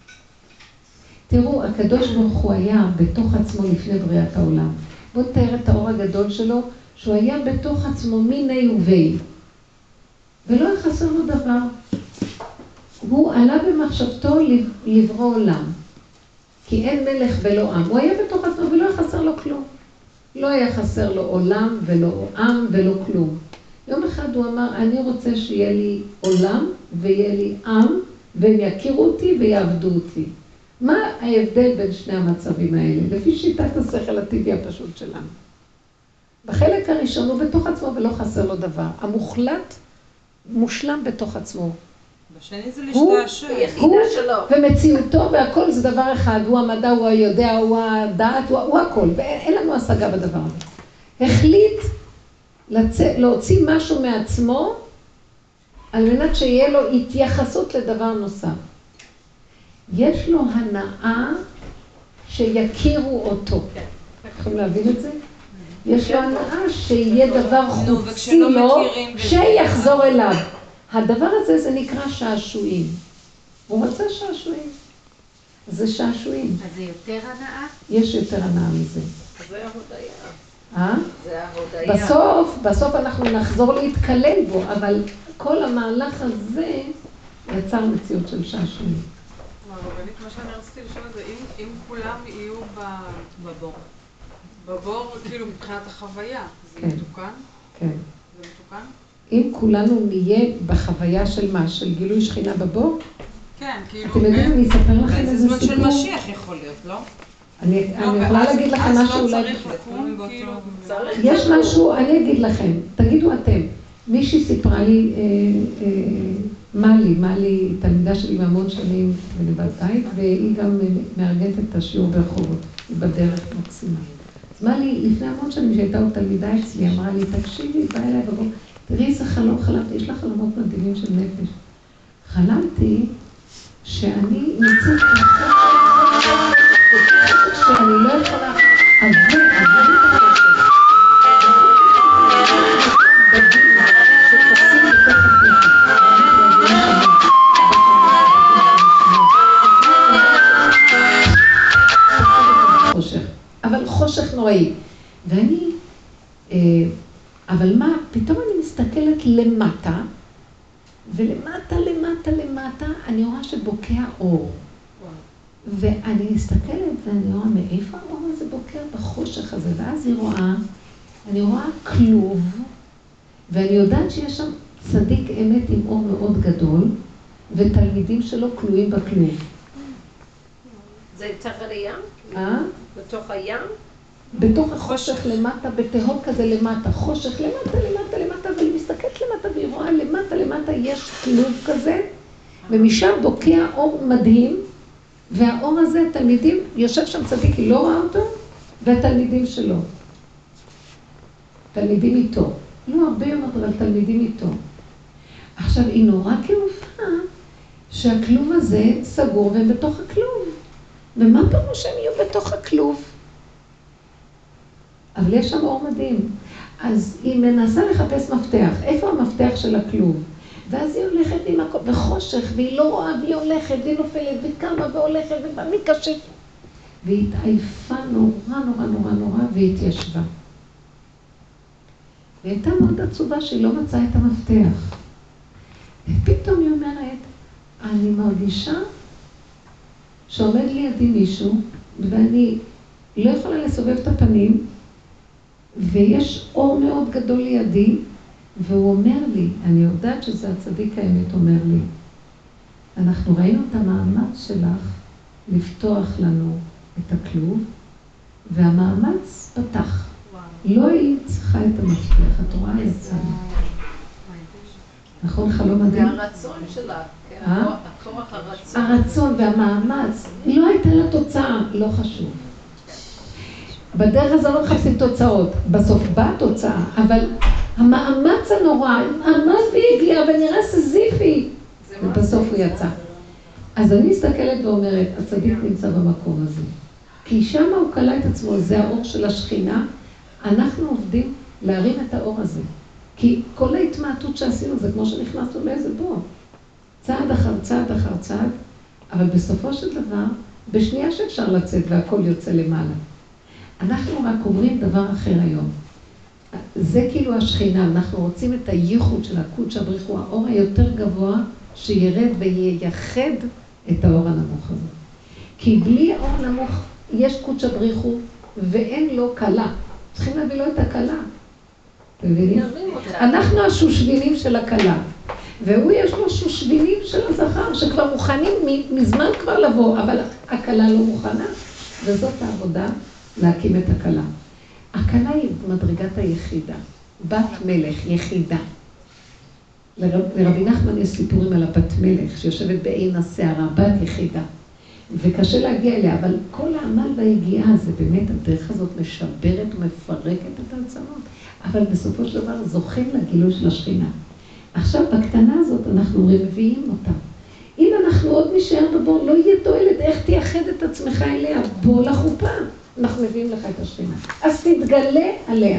תראו, הקדוש ברוך הוא היה בתוך עצמו לפני בריאת העולם. בואו נתאר את האור הגדול שלו, שהוא היה בתוך עצמו מיני ובי, ולא יחסר לו דבר. הוא עלה במחשבתו לברוא עולם, כי אין מלך ולא עם. הוא היה בתוך עצמו ולא יחסר לו כלום. לא היה חסר לו עולם ולא עם ולא כלום. יום אחד הוא אמר, אני רוצה שיהיה לי עולם ויהיה לי עם, והם יכירו אותי ויעבדו אותי. מה ההבדל בין שני המצבים האלה? לפי שיטת השכל הטבעי הפשוט שלנו. בחלק הראשון הוא בתוך עצמו ולא חסר לו דבר. המוחלט מושלם בתוך עצמו. בשני זה להשתעשע. הוא ומציאותו והכל זה דבר אחד. הוא המדע, הוא היודע, הוא הדעת, הוא, הוא הכל. ואין לנו השגה בדבר הזה. החליט לצא, להוציא משהו מעצמו על מנת שיהיה לו התייחסות לדבר נוסף. יש לו הנאה שיכירו אותו. יכולים להבין את זה? יש לו הנאה שיהיה דבר חוצי לו, שיחזור אליו. הדבר הזה זה נקרא שעשועים. הוא רוצה שעשועים. זה שעשועים. אז זה יותר הנאה? יש יותר הנאה מזה. זה ההודעה. אה? זה ההודעה. בסוף, בסוף אנחנו נחזור להתקלל בו, אבל כל המהלך הזה יצר מציאות של שעשועים. הרבנית, מה שאני רציתי לשאול זה, אם כולם יהיו בבור, בבור, כאילו מבחינת החוויה, זה מתוקן? כן. זה מתוקן? אם כולנו נהיה בחוויה של מה? של גילוי שכינה בבור? כן, כאילו... אתם יודעים, אני אספר לכם איזה סיפור. זה זמן של משיח יכול להיות, לא? אני יכולה להגיד לכם משהו אולי... אז לא צריך לקום, כאילו... יש משהו, אני אגיד לכם, תגידו אתם. מישהי סיפרה לי, מלי, מלי, תלמידה שלי מהמון שנים בנבת בית, והיא גם מארגנת את השיעור ברחובות, היא בדרך מקסימה. אז מלי, לפני המון שנים שהייתה עוד תלמידה אצלי, אמרה לי, תקשיבי, באה אליי בבוא, תראי איזה חלום חלמתי, יש לה חלומות מדהימים של נפש. חלמתי שאני נמצאת לחושך, שאני לא יכולה, אז זה, אז זה את החושך. בגיל שתשים בתוך החושך. אבל חושך נוראי. ואני, אבל מה, פתאום אני מסתכלת למטה, ולמטה, למטה, למטה, אני רואה שבוקע אור. ואני מסתכלת ואני רואה מאיפה האור הזה בוקע בחושך הזה, ואז היא רואה, אני רואה כלוב, ואני יודעת שיש שם צדיק אמת עם אור מאוד גדול, ותלמידים שלו כלואים בכלוב. זה יצא על הים? אה? בתוך הים? בתוך החושך למטה, בתהום כזה למטה, חושך למטה, למטה, למטה, אבל היא מסתכלת למטה והיא רואה למטה, למטה יש כלוב כזה, ומשם בוקע אור מדהים, והאור הזה, תלמידים, יושב שם צדיק, היא לא רואה אותו, והתלמידים שלו. תלמידים איתו. לא הרבה יומות, אבל תלמידים איתו. עכשיו, היא נורא כאופה שהכלוב הזה סגור והם בתוך הכלוב. ומה פירוש שהם יהיו בתוך הכלוב? אבל יש שם אור מדהים. אז היא מנסה לחפש מפתח. איפה המפתח של הכלוב? ואז היא הולכת עם הכל, וחושך, והיא לא רואה, והיא הולכת, והיא נופלת, וקמה והולכת, ומתקשת. והיא התעייפה נורא, נורא, נורא, נורא, והיא התיישבה. והיא הייתה מאוד עצובה שהיא לא מצאה את המפתח. ופתאום היא אומרת, אני מרגישה שעומד לידי מישהו, ואני לא יכולה לסובב את הפנים, ויש אור מאוד גדול לידי, והוא אומר לי, אני יודעת שזה הצדיק האמת, אומר לי, אנחנו ראינו את המאמץ שלך לפתוח לנו את הכלוב, והמאמץ פתח. לא היא צריכה את המפתח, את רואה יצא. נכון, חלום מדהים? זה הרצון שלה, הכוח הרצון. הרצון והמאמץ, לא הייתה לה תוצאה, לא חשוב. בדרך הזה לא מחפשים תוצאות, בסוף באה תוצאה, אבל המאמץ הנורא, עמד והגיע ונראה סזיפי, ובסוף הוא יצא. אז אני מסתכלת ואומרת, הצדיק נמצא במקום הזה. כי שם הוא קלה את עצמו, זה האור של השכינה, אנחנו עובדים להרים את האור הזה. כי כל ההתמעטות שעשינו זה כמו שנכנסנו לאיזה בור. צעד אחר צעד אחר צעד, אבל בסופו של דבר, בשנייה שאפשר לצאת והכל יוצא למעלה. אנחנו רק אומרים דבר אחר היום. זה כאילו השכינה, אנחנו רוצים את הייחוד של הקודש הבריך הוא האור היותר גבוה שירד וייחד את האור הנמוך הזה. כי בלי האור הנמוך יש קודש הבריך הוא ואין לו קלה. צריכים להביא לו את הקלה. אתם מבינים? אנחנו השושבינים של הקלה. והוא יש לו שושבינים של הזכר שכבר מוכנים מזמן כבר לבוא, אבל הקלה לא מוכנה. וזאת העבודה להקים את הקלה. הקלה היא מדרגת היחידה. בת מלך, יחידה. לרב, לרבי נחמן יש סיפורים על הבת מלך שיושבת בעין הסערה, בת יחידה. וקשה להגיע אליה, אבל כל העמל והיגיעה זה באמת, הדרך הזאת משברת ומפרקת את העצמות. אבל בסופו של דבר זוכים לגילוי של השכינה. עכשיו, בקטנה הזאת אנחנו מביאים אותה. אם אנחנו עוד נשאר בבור, לא יהיה תועלת, איך תייחד את עצמך אליה? בוא לחופה. אנחנו מביאים לך את השכינה. אז תתגלה עליה.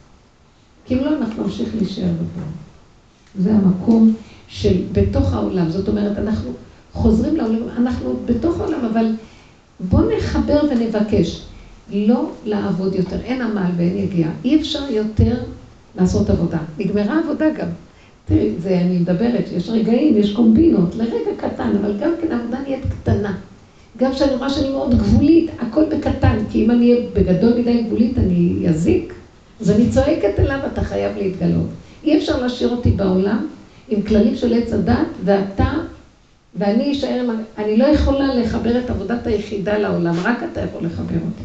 כי אם לא, אנחנו נמשיך להישאר בבור. זה המקום של בתוך העולם. זאת אומרת, אנחנו חוזרים לעולם, אנחנו בתוך העולם, אבל בוא נחבר ונבקש. לא לעבוד יותר. אין עמל ואין יגיעה. אי אפשר יותר לעשות עבודה. נגמרה עבודה גם. תראי, זה אני מדברת, יש רגעים, יש קומבינות, לרגע קטן, אבל גם כן העבודה נהיית קטנה. גם שאני רואה שאני מאוד גבולית, הכל בקטן, כי אם אני אהיה בגדול מדי גבולית, אני יזיק. אז אני צועקת אליו, אתה חייב להתגלות. אי אפשר להשאיר אותי בעולם עם כללים של עץ הדת, ואתה, ואני אשאר, אני לא יכולה לחבר את עבודת היחידה לעולם, רק אתה יכול לחבר אותי.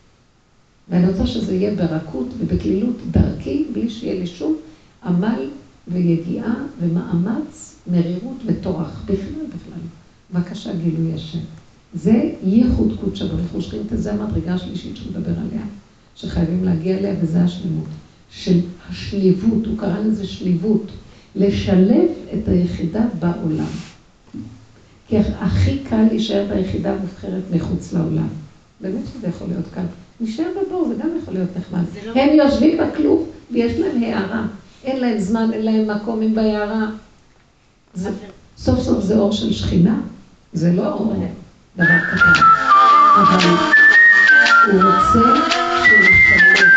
ואני רוצה שזה יהיה ברכות ובכלילות דרכי, בלי שיהיה לי שום עמל ויגיעה ומאמץ, מרירות וטורח, בכלל בכלל. בבקשה גילוי השם. זה ייחוד קודש הבריך הוא שכינתה, זה המדרגה השלישית שמדבר עליה, שחייבים להגיע אליה, וזה השלמות. של השליבות, הוא קרא לזה שליבות, לשלב את היחידה בעולם. כי הכי קל להישאר ביחידה מובחרת מחוץ לעולם. באמת שזה יכול להיות קל. נשאר בבור, זה גם יכול להיות נחמד. הם יושבים בכלוב ויש להם הערה. אין להם זמן, אין להם מקום, הם בהערה. סוף סוף זה אור של שכינה. זה לא אור דבר קטן. אבל הוא רוצה שנשתלב.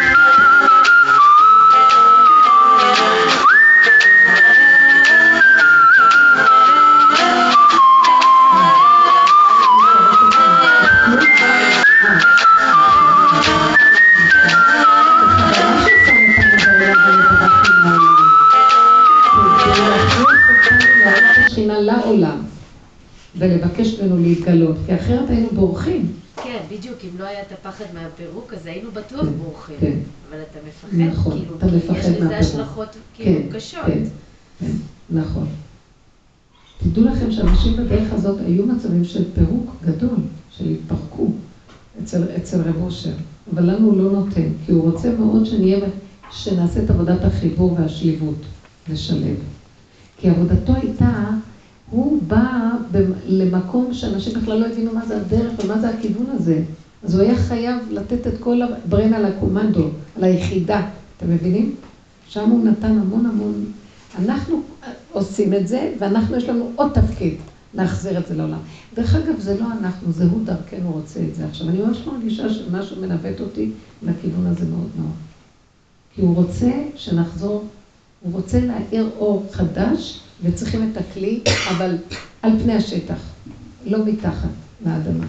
לעולם, ולבקש ממנו להתגלות, כי אחרת היינו בורחים. כן, בדיוק, אם לא היה את הפחד מהפירוק, אז היינו בטוח בורחים. כן. אבל אתה מפחד, נכון, כאילו, אתה מפחד יש לזה מהפירוק. השלכות כאילו קשות. כן, כן, נכון. תדעו לכם שאנשים בדרך הזאת היו מצבים של פירוק גדול, של התפרקו אצל, אצל רב אושר, אבל לנו הוא לא נותן, כי הוא רוצה מאוד שנהיה, שנעשה את עבודת החיבור והשליבות, לשלב. כי עבודתו הייתה, הוא בא למקום שאנשים בכלל לא הבינו מה זה הדרך ומה זה הכיוון הזה. אז הוא היה חייב לתת את כל הברן על הקומנדו, על היחידה. אתם מבינים? שם הוא נתן המון המון. אנחנו עושים את זה, ואנחנו יש לנו עוד תפקיד להחזיר את זה לעולם. דרך אגב, זה לא אנחנו, זה הוא דרכנו רוצה את זה. עכשיו, אני ממש מרגישה שמשהו מנווט אותי לכיוון הזה מאוד מאוד. כי הוא רוצה שנחזור, הוא רוצה להאיר אור חדש, וצריכים את הכלי, אבל על פני השטח, לא מתחת לאדמה.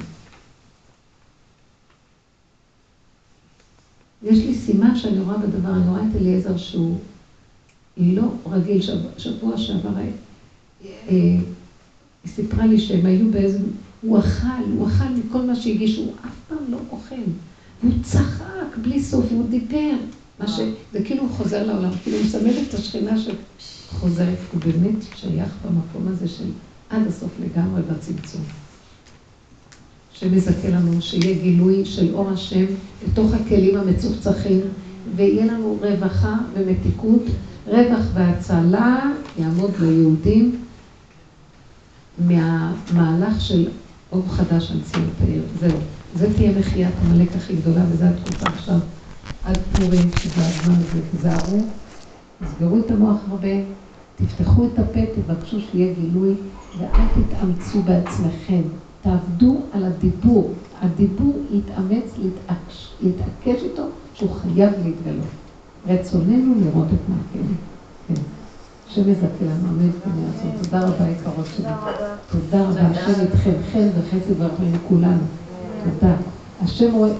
יש לי סימן שאני רואה בדבר, אני רואה את אליעזר שהוא לא רגיל, שבוע, שבוע שעבר, היא סיפרה לי שהם היו באיזה, הוא אכל, הוא אכל מכל מה שהגישו, הוא אף פעם לא אוכל, והוא צחק בלי סוף, והוא דיבר, מה ש... זה כאילו הוא חוזר לעולם, כאילו הוא מסמל את השכינה שחוזרת, הוא באמת שייך במקום הזה של עד הסוף לגמרי בצמצום. שמזכה לנו שיהיה גילוי של אור השם בתוך הכלים המצוחצחים, ויהיה לנו רווחה ומתיקות, רווח והצלה יעמוד ליהודים מהמהלך של אור חדש על ציון העיר. זהו, זה תהיה מחיית המלך הכי גדולה, וזו התקופה עכשיו. עד פורים, שזה הזמן הזה, תזהרו, תסגרו את המוח הרבה, תפתחו את הפה, תבקשו שיהיה גילוי, ואל תתאמצו בעצמכם. תעבדו על הדיבור. הדיבור יתאמץ, להתעקש, להתעקש איתו, שהוא חייב להתגלות. רצוננו לראות את מעשינו. כן. השם יזכה לנו, אמן כן יעזור. תודה רבה יקרות שלי. תודה רבה. השם יתכם חן וחסד ורחמים לכולנו. תודה. השם רואה